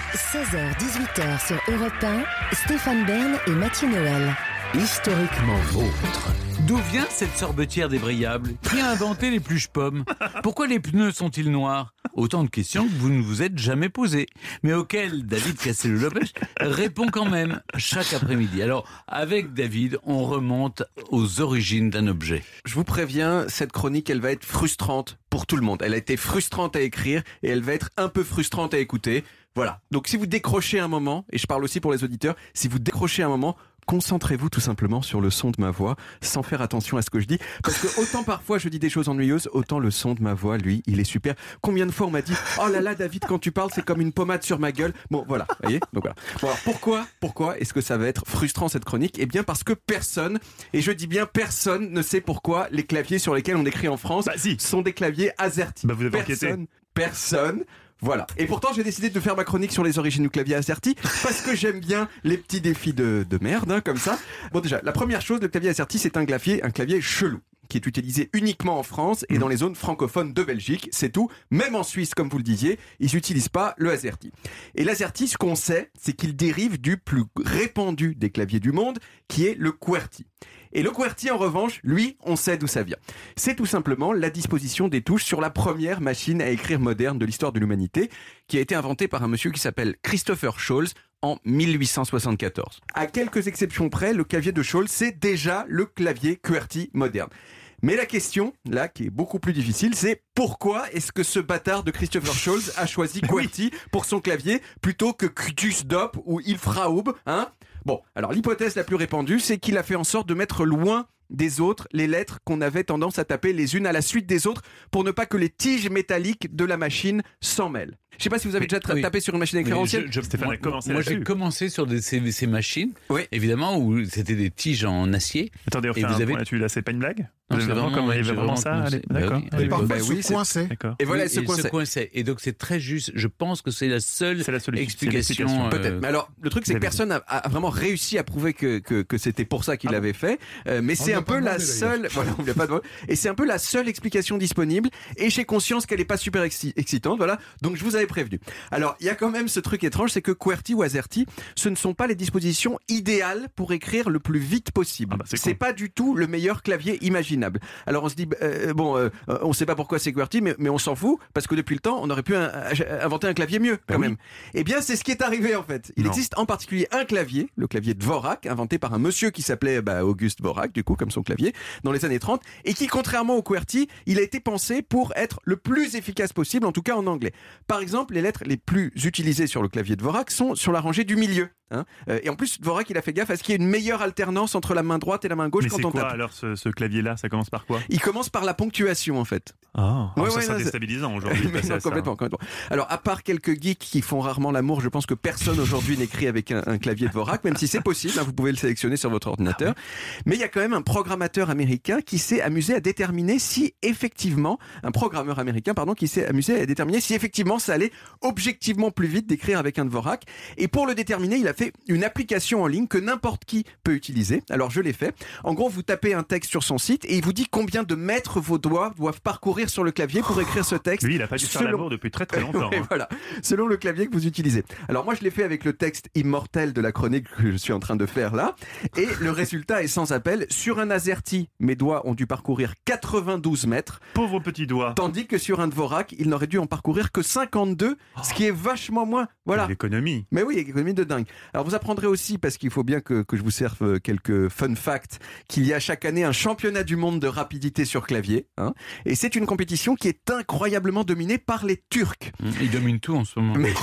seize heures dix-huit heures sur Europe un, Stéphane Bern et Mathieu Noël. Historiquement vôtre. D'où vient cette sorbetière débrayable? Qui a inventé les pluches-pommes? Pourquoi les pneus sont-ils noirs? Autant de questions que vous ne vous êtes jamais posées, mais auxquelles David Castello-Lopez répond quand même chaque après-midi. Alors, avec David, on remonte aux origines d'un objet. Je vous préviens, cette chronique, elle va être frustrante pour tout le monde. Elle a été frustrante à écrire et elle va être un peu frustrante à écouter. Voilà. Donc si vous décrochez un moment, et je parle aussi pour les auditeurs, si vous décrochez un moment, concentrez-vous tout simplement sur le son de ma voix, sans faire attention à ce que je dis. Parce que autant parfois je dis des choses ennuyeuses, autant le son de ma voix, lui, il est super. Combien de fois on m'a dit « Oh là là, David, quand tu parles, c'est comme une pommade sur ma gueule. » Bon, voilà, vous voyez. Donc voilà. Bon, alors pourquoi, pourquoi est-ce que ça va être frustrant cette chronique? Eh bien parce que personne, et je dis bien personne, ne sait pourquoi les claviers sur lesquels on écrit en France bah, si. sont des claviers AZERTY. Bah, vous avez personne, enquêté. personne. Voilà. Et pourtant, j'ai décidé de faire ma chronique sur les origines du clavier AZERTY parce que j'aime bien les petits défis de, de merde, hein, comme ça. Bon, déjà, la première chose, le clavier AZERTY, c'est un clavier, un clavier chelou, qui est utilisé uniquement en France et dans les zones francophones de Belgique, c'est tout. Même en Suisse, comme vous le disiez, ils n'utilisent pas le AZERTY. Et l'AZERTY, ce qu'on sait, c'est qu'il dérive du plus répandu des claviers du monde, qui est le QWERTY. Et le QWERTY, en revanche, lui, on sait d'où ça vient. C'est tout simplement la disposition des touches sur la première machine à écrire moderne de l'histoire de l'humanité, qui a été inventée par un monsieur qui s'appelle Christopher Scholz en mille huit cent soixante-quatorze. À quelques exceptions près, le clavier de Scholz, c'est déjà le clavier QWERTY moderne. Mais la question, là, qui est beaucoup plus difficile, c'est pourquoi est-ce que ce bâtard de Christopher Scholz a choisi QWERTY pour son clavier plutôt que Qtus Dop ou Ilfraub, hein? Bon, alors l'hypothèse la plus répandue, c'est qu'il a fait en sorte de mettre loin des autres les lettres qu'on avait tendance à taper les unes à la suite des autres pour ne pas que les tiges métalliques de la machine s'en mêlent. Je ne sais pas si vous avez déjà tra- oui. tapé sur une machine à écrire Oui, ancienne. je, je, Stéphane moi, a commencé moi là-dessus. j'ai commencé sur des, ces, ces machines, oui. évidemment, où c'était des tiges en acier. Attendez, on fait et un vous avez... point là-dessus, là, c'est pas une blague? Non, Vous c'est avez vraiment, comment, oui, il y avait j'ai vraiment vraiment ça? commencé. Allez, d'accord. Bah oui, Et parfois, bah il oui, se c'est- coinçait. D'accord. Et voilà, Oui, elle se il coinçait. coinçait. Et donc c'est très juste. Je pense que c'est la seule, C'est la seule explication. explication. Peut-être. euh, Mais alors, le truc, c'est que David. personne a, a vraiment réussi à prouver que, que, que c'était pour ça qu'il Ah l'avait fait. Euh, mais c'est lui a un pas peu la demandé, seule, voilà, on lui a pas demandé. Et c'est un peu la seule explication disponible. Et j'ai conscience qu'elle est pas super exci- excitante, voilà. Donc je vous avais prévenu. Alors, il y a quand même ce truc étrange, c'est que QWERTY ou AZERTY, ce ne sont pas les dispositions idéales pour écrire le plus vite possible. Ah bah, c'est c'est con. pas du tout le meilleur clavier imaginable. Alors on se dit, euh, bon, euh, on sait pas pourquoi c'est QWERTY, mais, mais on s'en fout, parce que depuis le temps, on aurait pu un- un- inventer un clavier mieux, quand Ben oui. même. Eh bien, c'est ce qui est arrivé, en fait. Il Non. existe en particulier un clavier, le clavier Dvorak, inventé par un monsieur qui s'appelait bah, Auguste Dvorak, du coup, comme son clavier, dans les années trente, et qui, contrairement au QWERTY, il a été pensé pour être le plus efficace possible, en tout cas en anglais. Par exemple, les lettres les plus utilisées sur le clavier Dvorak sont sur la rangée du milieu. Hein. Euh, et en plus, Dvorak, il a fait gaffe à ce qu'il y ait une meilleure alternance entre la main droite et la main gauche Mais quand c'est on quoi tape. alors ce, ce clavier-là? Ça commence par quoi? Il commence par la ponctuation, en fait. Ah, Ouais, ça ouais, serait non, c'est- déstabilisant aujourd'hui. de Mais passer non, à ça. complètement, complètement. Alors, à part quelques geeks qui font rarement l'amour, je pense que personne aujourd'hui n'écrit avec un, un clavier Dvorak, même si c'est possible, hein, vous pouvez le sélectionner sur votre ordinateur. Mais il y a quand même un programmateur américain qui s'est amusé à déterminer si effectivement, un programmeur américain, pardon, qui s'est amusé à déterminer si effectivement ça allait objectivement plus vite d'écrire avec un Dvorak. Et pour le déterminer, il a fait une application en ligne que n'importe qui peut utiliser. Alors, je l'ai fait. En gros, vous tapez un texte sur son site et il vous dit combien de mètres vos doigts doivent parcourir sur le clavier pour écrire ce texte. Lui, il a pas dû faire selon- l'amour depuis très très longtemps. Ouais, hein. voilà, selon le clavier que vous utilisez. Alors moi je l'ai fait avec le texte immortel de la chronique que je suis en train de faire là, et le résultat est sans appel. Sur un AZERTY, mes doigts ont dû parcourir quatre-vingt-douze mètres, Pauvre petit doigt. tandis que sur un Dvorak, il n'aurait dû en parcourir que cinquante-deux, ce qui est vachement moins. Voilà. L'économie. Mais oui, économie de dingue. Alors vous apprendrez aussi, parce qu'il faut bien que, que je vous serve quelques fun facts, qu'il y a chaque année un championnat du monde de rapidité sur clavier. Hein, et c'est une compétition qui est incroyablement dominée par les Turcs. Il domine tout en ce moment. Mais-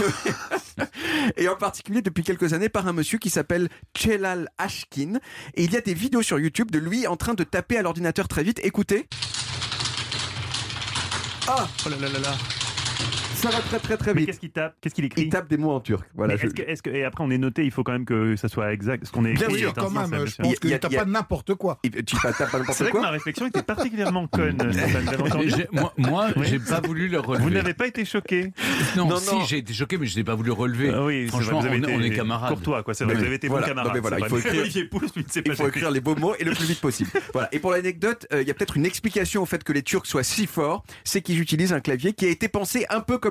et en particulier depuis quelques années par un monsieur qui s'appelle Celal Ashkin. Et il y a des vidéos sur YouTube de lui en train de taper à l'ordinateur très vite. Écoutez. Ah, Oh là là là là. ça va très très très Mais vite. qu'est-ce qu'il tape? Qu'est-ce qu'il écrit? Il tape des mots en turc. Voilà. Mais je- est-ce que, est-ce que- et après on est noté, il faut quand même que ça soit exact. Ce qu'on est Bien écrit sûr, est Quand ainsi, même, ça, bien je sûr. pense Il y a- qu'il il y a- tape il y a- pas n'importe quoi. Il- Tu tapes pas C'est n'importe vrai que quoi. ma réflexion était particulièrement conne. Stéphane, vous avez entendu? J'ai- moi, moi Oui. j'ai pas voulu le relever. Vous n'avez pas été choqué? Non, Non, si, non. j'ai été choqué, mais je n'ai pas voulu relever. Ah oui, c'est Franchement, vrai, vous avez on, été on est camarades. courtois, quoi. C'est vrai, Mais vous oui, avez été voilà. bon camarade. Non, mais voilà, c'est il vrai. faut écrire- Olivier Pouls, lui, ne s'est Il pas faut choqué. écrire les beaux mots et le plus vite possible. Voilà. Et pour l'anecdote, euh, il y a peut-être une explication au fait que les Turcs soient si forts, c'est qu'ils utilisent un clavier qui a été pensé un peu comme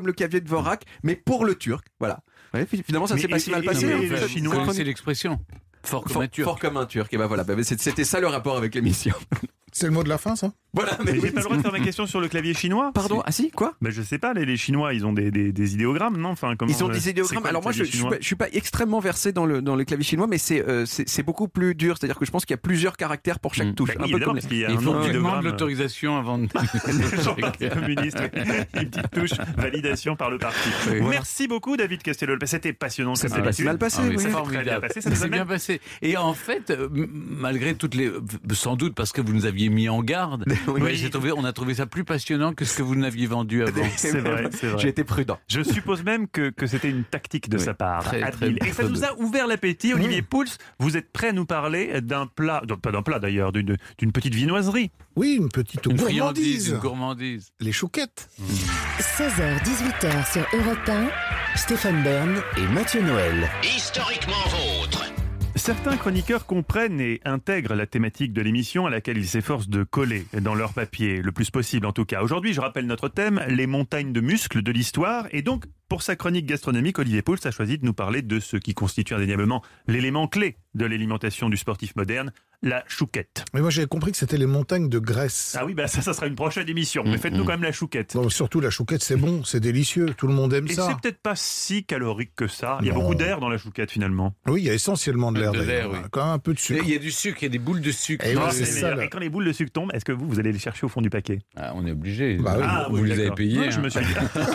comme le caviar de Dvorak, mais pour le turc. Voilà. Ouais, finalement, ça Mais s'est pas et- si mal et- passé. et- hein. et les Vous- Chinois, vous connaissez l'expression. Fort comme Fort, un turc. fort comme un turc. Et ben voilà, bah, c'est- c'était ça le rapport avec l'émission. C'est le mot de la fin, ça? Voilà, Mais mais j'ai pas le droit de faire ma question sur le clavier chinois. Pardon, ah si, quoi? Ben je sais pas, les, les Chinois, ils ont des, des, des idéogrammes, non enfin, comment, Ils ont euh, des c'est idéogrammes. quoi, Alors le moi, je, clavier je, suis chinois pas, je suis pas extrêmement versé dans le dans les claviers chinois, mais c'est euh, c'est c'est beaucoup plus dur. C'est-à-dire que je pense qu'il y a plusieurs caractères pour chaque Mmh. touche. Bah oui, un peu évidemment, comme parce qu'il y a Il un faut nombre que tu demandes d'idéogrammes. l'autorisation avant de... Jean Parti communiste, oui. Une petite touche, validation par le parti. Oui. Merci beaucoup, David Castello. C'était passionnant. Ça comme s'est pas si d'habitude. mal passé. Ah oui, oui. c'est Ça s'est très bien formidable. passé, ça Ça nous s'est amène- bien passé. Et en fait, euh, m- malgré toutes les, sans doute parce que vous nous aviez mis en garde, Oui. ouais, j'ai trouvé, on a trouvé ça plus passionnant que ce que vous n'aviez vendu avant. C'est vrai, c'est vrai. J'ai été prudent. Je suppose même que, que c'était une tactique de Oui, sa part. très, habile. très, Et ça très nous a ouvert l'appétit. Olivier Pouls, vous êtes prêt à nous parler d'un plat, non, pas d'un plat d'ailleurs, d'une d'une petite viennoiserie. Oui, une petite Une friandise, gourmandise. une gourmandise. Les chouquettes. seize heures dix-huit heures sur Europe un. Stéphane Bern et Mathieu Noël. Historiquement vôtre. Certains chroniqueurs comprennent et intègrent la thématique de l'émission à laquelle ils s'efforcent de coller dans leur papier, le plus possible en tout cas. Aujourd'hui, je rappelle notre thème, les montagnes de muscles de l'histoire. Et donc, pour sa chronique gastronomique, Olivier Pouls a choisi de nous parler de ce qui constitue indéniablement l'élément clé de l'alimentation du sportif moderne, la chouquette. Mais moi, j'avais compris que c'était les montagnes de Grèce. Ah oui, bah ça, ça sera une prochaine émission. Mais faites-nous quand même la chouquette. Bon, surtout, la chouquette, c'est bon, c'est délicieux. Tout le monde aime Et ça. c'est peut-être pas si calorique que ça. Il y a Non. beaucoup d'air dans la chouquette finalement. Oui, il y a essentiellement de l'air. De l'air, d'ailleurs. oui. Quand même un peu de sucre. Il y a du sucre, il y a des boules de sucre. Et Non, oui, c'est c'est meilleur. ça, là. Et quand les boules de sucre tombent, est-ce que vous, vous allez les chercher au fond du paquet? Ah, on est obligé. Bah oui. Ah, vous oui, les avez d'accord. payés. Non, je hein. me suis dit.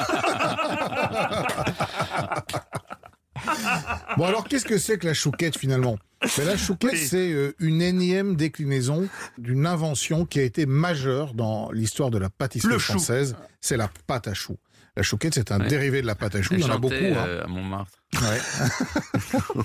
Bon, alors, qu'est-ce que c'est que la chouquette, finalement? Ben, la chouquette, Oui. c'est euh, une énième déclinaison d'une invention qui a été majeure dans l'histoire de la pâtisserie Le chou. française. C'est la pâte à choux. La chouquette, c'est un Ouais. dérivé de la pâte à choux. Elle Il y en a beaucoup. chantait, hein. euh, à Montmartre. Ouais.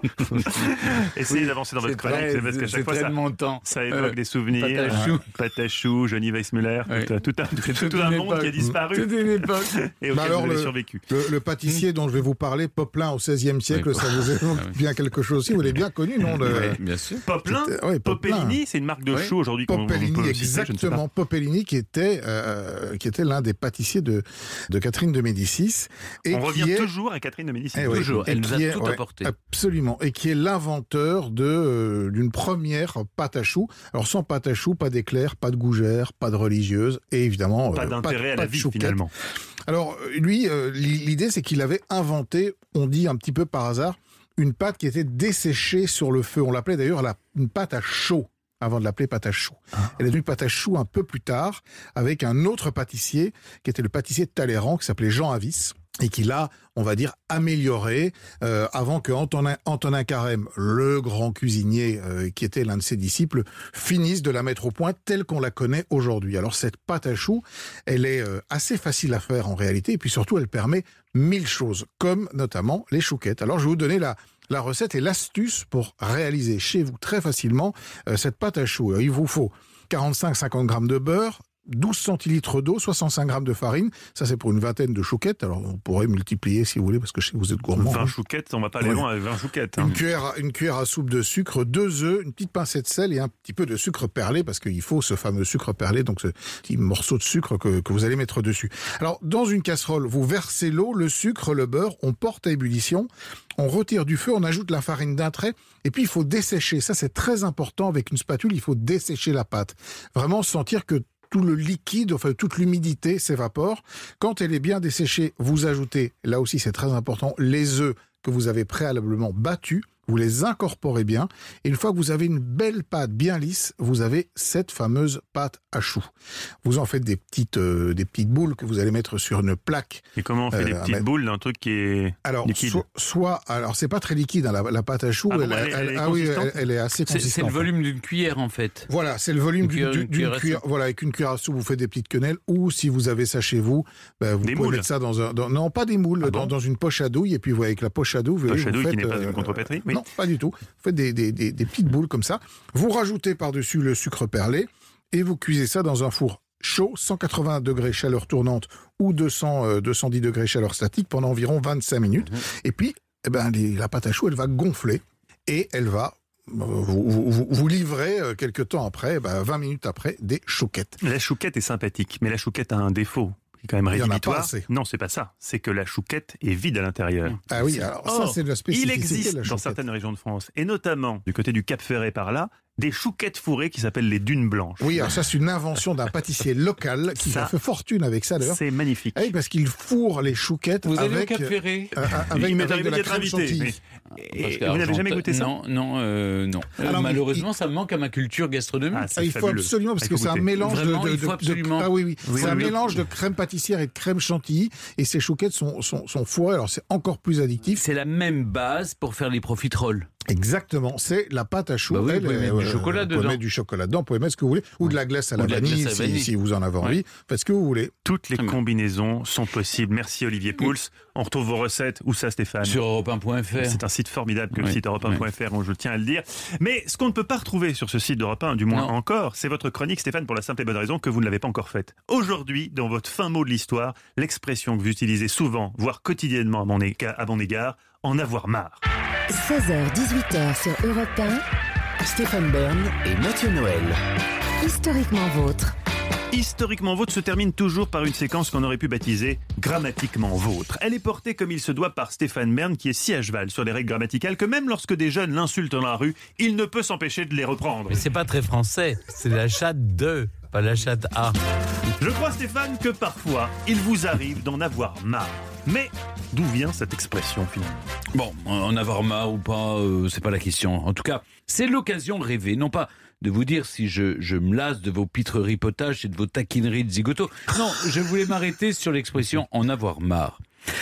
Essayez d'avancer dans votre C'est chronique, très, c'est parce qu'à chaque c'est fois très ça, de mon temps. ça évoque Euh, des souvenirs. pâte à choux. Pâte à choux, Johnny Weissmuller, Oui. tout, tout un, tout, C'est tout toute un une monde époque. qui a disparu Toute une époque. et Bah auquel alors, vous avez le- survécu. Le, le pâtissier dont je vais vous parler, Poplin, au seizième siècle, Oui. ça vous évoque Ah oui. bien quelque chose aussi. Vous l'avez bien connu, non le... Ouais, bien sûr. Poplin, C'était- ouais, Poplin. Popellini, c'est une marque de Oui. choux aujourd'hui qu'on on peut Popellini, le citer, je ne sais pas. exactement. Popellini, qui était, euh, qui était l'un des pâtissiers de, de Catherine de Médicis. Et On qui revient est... toujours à Catherine de Médicis. Eh oui. Toujours. Et Elle nous qui a est- tout ouais, apporté. Absolument. Et qui est l'inventeur de, euh, d'une première pâte à choux. Alors, sans pâte à choux, pas d'éclair, pas de gougère, pas de religieuse, et évidemment, Pas euh, d'intérêt à pas la de vie chouquette. finalement. Alors, euh, lui, euh, l'i- l'idée, c'est qu'il avait inventé, on dit un petit peu par hasard, une pâte qui était desséchée sur le feu. On l'appelait d'ailleurs la, une pâte à chaud, avant de l'appeler pâte à choux. Elle est devenue pâte à choux un peu plus tard, avec un autre pâtissier, qui était le pâtissier de Talleyrand, qui s'appelait Jean Avis, et qui l'a, on va dire, amélioré, euh, avant que Antonin, Antonin Carême, le grand cuisinier, euh, qui était l'un de ses disciples, finisse de la mettre au point telle qu'on la connaît aujourd'hui. Alors cette pâte à choux, elle est euh, assez facile à faire en réalité, et puis surtout elle permet mille choses, comme notamment les chouquettes. Alors je vais vous donner la, la recette et l'astuce pour réaliser chez vous très facilement euh, cette pâte à choux. Il vous faut quarante-cinq à cinquante grammes de beurre, douze centilitres d'eau, soixante-cinq grammes de farine. Ça, c'est pour une vingtaine de chouquettes. Alors, on pourrait multiplier si vous voulez, parce que je sais que vous êtes gourmand. vingt hein. chouquettes, on va pas aller Ouais. loin avec vingt chouquettes. hein. Une cuillère, à, une cuillère à soupe de sucre, deux œufs, une petite pincée de sel et un petit peu de sucre perlé, parce qu'il faut ce fameux sucre perlé, donc ce petit morceau de sucre que, que vous allez mettre dessus. Alors, dans une casserole, vous versez l'eau, le sucre, le beurre, on porte à ébullition, on retire du feu, on ajoute la farine d'un trait, et puis il faut dessécher. Ça, c'est très important avec une spatule, il faut dessécher la pâte. Vraiment sentir que tout le liquide, enfin toute l'humidité s'évapore. Quand elle est bien desséchée, vous ajoutez, là aussi c'est très important, les œufs que vous avez préalablement battus, vous les incorporez bien, et une fois que vous avez une belle pâte bien lisse, vous avez cette fameuse pâte à choux. Vous en faites des petites, euh, des petites boules que vous allez mettre sur une plaque. Et comment on fait Euh, des à petites mettre- boules d'un truc qui est Alors, liquide soit, soit- alors c'est pas très liquide, hein, la, la pâte à choux, Ah bon, elle, elle est- elle est ah oui, consistante elle, elle est assez C'est consistante. c'est le volume d'une cuillère en fait. Voilà, c'est le volume Une d'une cuillère- d'une une cuillère à cuillère. soupe. Voilà, avec une cuillère à soupe, vous faites des petites quenelles, ou si vous avez ça chez vous, ben, vous Des pouvez moules. mettre ça dans un, dans- non pas des moules, Ah dans, bon dans une poche à douille, et puis vous, avec la poche à douille, vous, Poche à vous douille qui faites, n'est pas euh, une contrepétrie, oui. Non, pas du tout. Vous faites des, des, des, des petites boules comme ça. Vous rajoutez par-dessus le sucre perlé, et vous cuisez ça dans un four chaud, cent quatre-vingts degrés chaleur tournante ou deux cents, euh, deux cent dix degrés chaleur statique pendant environ vingt-cinq minutes. Mmh. Et puis, eh ben, les- la pâte à choux, elle va gonfler et elle va euh, vous, vous, vous- vous livrer euh, quelques temps après, ben, vingt minutes après, des chouquettes. La chouquette est sympathique, mais la chouquette a un défaut qui est quand même Il y en a pas rédhibitoire. assez. Non, c'est pas ça. C'est que la chouquette est vide à l'intérieur. Ah oui, alors ça, Or, c'est de la spécificité il de existe la dans chouquette. certaines régions de France, et notamment du côté du Cap Ferret par là, des chouquettes fourrées qui s'appellent les dunes blanches. Oui, alors ça, c'est une invention d'un pâtissier local qui Ça, a fait fortune avec ça, d'ailleurs. C'est magnifique. Ah oui, parce qu'il fourre les chouquettes Vous allez au avec, Cap Ferret euh, avec, Il m'est avec arrivé de la d'être crème invité, chantilly. mais- Et Parce vous qu'Argentin- n'avez jamais goûté ça? Non, non, euh, non. Euh, Alors, mais malheureusement, il- ça me manque à ma culture gastronomique. Ah, c'est Ah, il faut fabuleux. absolument, parce Il que faut c'est un goûter. mélange de, Vraiment, de, il faut de- absolument. de- ah oui, oui. Oui, c'est un oui. mélange de crème pâtissière et de crème chantilly, et ces chouquettes sont, sont, sont fourrées, alors c'est encore plus addictif. C'est la même base pour faire les profiteroles. Exactement, c'est la pâte à choux. Bah oui, elle, vous pouvez mettre du euh, chocolat vous pouvez dedans. mettre du chocolat dedans, vous pouvez mettre ce que vous voulez, ou de la glace à la Ou de la vanille, glace à si, vanille. si vous en avez envie, faites ce que vous voulez. Toutes les Ah, mais- combinaisons sont possibles. Merci Olivier Pouls. On retrouve vos recettes. Où ça, Stéphane? Sur europe un point f r. C'est un site formidable que le Oui, site europe un point f r, je tiens à le dire. Mais ce qu'on ne peut pas retrouver sur ce site d'Europe un, du moins Non. encore, c'est votre chronique, Stéphane, pour la simple et bonne raison que vous ne l'avez pas encore faite. Aujourd'hui, dans votre fin mot de l'histoire, l'expression que vous utilisez souvent, voire quotidiennement à mon égard, à mon égard en avoir marre. seize heures dix-huit heures sur Europe un, Stéphane Bern et Mathieu Noël. historiquement vôtre. Historiquement vôtre se termine toujours par une séquence qu'on aurait pu baptiser grammatiquement vôtre. Elle est portée comme il se doit par Stéphane Bern, qui est si à cheval sur les règles grammaticales que même lorsque des jeunes l'insultent dans la rue, il ne peut s'empêcher de les reprendre. Mais c'est pas très français, c'est la chatte de, pas la chatte à. Je crois, Stéphane, que parfois, il vous arrive d'en avoir marre. Mais d'où vient cette expression finalement? Bon, en avoir marre ou pas, euh, c'est pas la question. En tout cas, c'est l'occasion rêvée, non pas de vous dire si je, je me lasse de vos pitreries potaches et de vos taquineries de zigoto. Non, je voulais m'arrêter sur l'expression en avoir marre.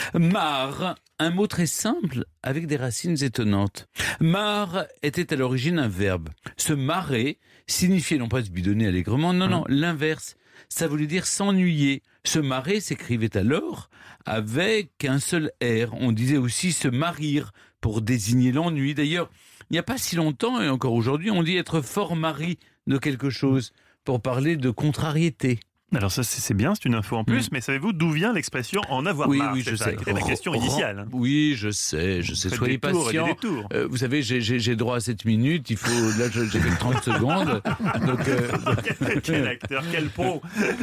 Marre, un mot très simple avec des racines étonnantes. Marre était à l'origine un verbe. Se marrer signifiait non pas se bidonner allègrement, non, non, l'inverse. Ça voulait dire s'ennuyer. Se marrer s'écrivait alors avec un seul R. On disait aussi se marir pour désigner l'ennui. D'ailleurs, il n'y a pas si longtemps, et encore aujourd'hui, on dit être fort mari de quelque chose pour parler de contrariété. Alors ça c'est c'est bien, c'est une info en plus, Mm. mais savez-vous d'où vient l'expression en avoir Oui, marre? oui, C'est je ça, sais. qui était la question Ren- initiale. hein. Oui, je sais, je sais. Faites Soyez des tours et des patient. détours. Euh, vous savez, j'ai, j'ai, j'ai droit à sept minutes. Il faut, là, je- j'ai fait trente secondes. Donc, euh, Quel, quel acteur, quel pro.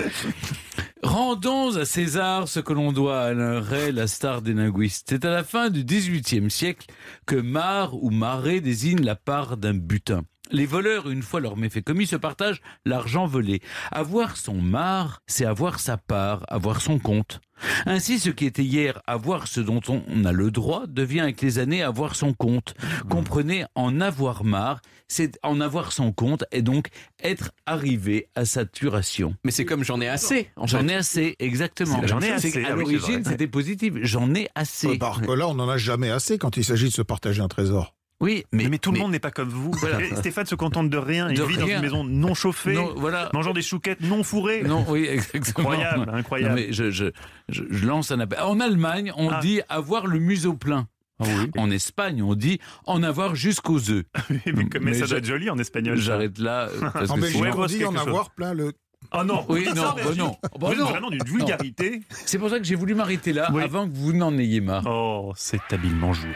rendons à César ce que l'on doit à Alain Ray, la star des linguistes. C'est à la fin du dix-huitième siècle que marre ou marée désigne la part d'un butin. Les voleurs, une fois leur méfait commis, se partagent l'argent volé. Avoir son marre, c'est avoir sa part, avoir son compte. Ainsi, ce qui était hier avoir ce dont on a le droit devient avec les années avoir son compte. Comprenez, en avoir marre, c'est en avoir son compte et donc être arrivé à saturation. Mais c'est comme j'en ai assez. En J'en fait. ai assez, exactement. C'est- j'en ai C'est assez, qu'à ah oui, c'est l'origine, vrai. c'était positif. J'en ai assez. Euh, Par contre, là, on n'en a jamais assez quand il s'agit de se partager un trésor. Oui, Mais, mais, tout le mais- monde n'est pas comme vous. Voilà. Et Stéphane se contente de rien. Il De vit dans rien. une maison non chauffée, Non, voilà. mangeant des chouquettes non fourrées. Non, oui, exactement. Incroyable, incroyable. Non, mais je, je, je, je lance un appel. En Allemagne, on Ah. dit avoir le museau plein. En Espagne, on dit en avoir jusqu'aux œufs. mais, mais Mais ça je- doit être joli en espagnol. ça. J'arrête là. euh, parce En que Belgique, Ouais, sinon- on moi, dit c'est en quelque avoir plein le... Ah non, Oui, ça, non, bah Belgique. non. Bah Vous êtes non. vraiment d'une vulgarité. C'est pour ça que j'ai voulu m'arrêter là Oui. avant que vous n'en ayez marre. Oh, c'est habilement joué.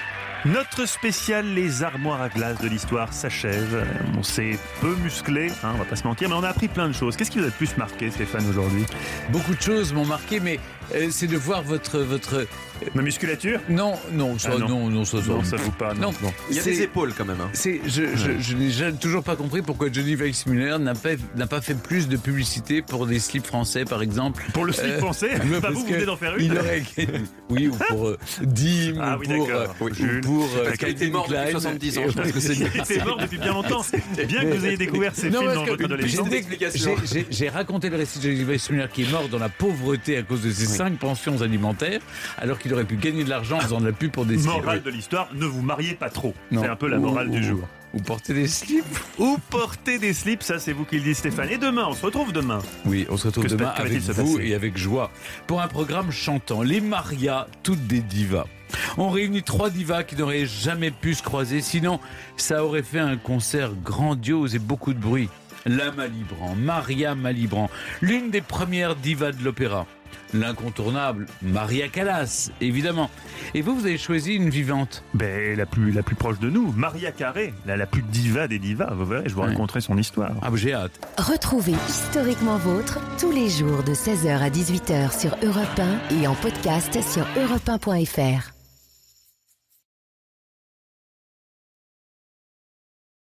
Notre spécial Les armoires à glace de l'histoire s'achève. Euh, On s'est peu musclé, hein, on va pas se mentir, mais on a appris plein de choses. Qu'est-ce qui vous a le plus marqué, Stéphane, aujourd'hui? Beaucoup de choses m'ont marqué, mais euh, c'est de voir votre votre. Ma musculature? Non, non, ça, Ah, non. non, non, ça, ça, Non, ça vous pas. Non. Non. Bon. Il y a C'est- des épaules quand même. hein. C'est, je, je, je n'ai jamais- toujours pas compris pourquoi Johnny Weissmuller n'a pas, n'a pas fait plus de publicité pour des slips français, par exemple. Pour le slip Euh, français, mais bah, parce vous, vous que venez d'en faire une. il aurait... Oui, ou pour euh, Dim, Ah ou oui, pour, d'accord. euh, Oui, ou Jules. pour euh, Parce qu'il était Calvin mort depuis Klein. soixante-dix ans, Et- je pense que c'est- Il était mort depuis bien longtemps. Bien que vous ayez découvert ces Non, films parce dans que votre adolescence. j'ai- explication. j'ai- j'ai- J'ai raconté le récit de Johnny Weissmuller qui est mort dans la pauvreté à cause de ses cinq pensions alimentaires, alors qu'il aurait pu gagner de l'argent en faisant de la pub pour des slips. Morale de l'histoire, ne vous mariez pas trop. Non. C'est un peu la Ou- morale ou- du jour. Ou porter des slips. Ou porter des slips, ça c'est vous qui le dites, Stéphane. Et demain, on se retrouve demain. Oui, on se retrouve Que se demain passe- avec que va-t-il se vous passer et avec joie pour un programme chantant. Les Marias, toutes des divas. On réunit trois divas qui n'auraient jamais pu se croiser, sinon ça aurait fait un concert grandiose et beaucoup de bruit. La Malibran, Maria Malibran, l'une des premières divas de l'opéra. l'incontournable Maria Callas, évidemment. Et vous, vous avez choisi une vivante? Ben, la plus, la plus proche de nous, Maria Carré, la, la plus diva des divas. Vous verrez, je vous ouais. raconterai son histoire. Ah, j'ai hâte. Retrouvez Historiquement Vôtre tous les jours de seize heures à dix-huit heures sur Europe un et en podcast sur europe un point f r.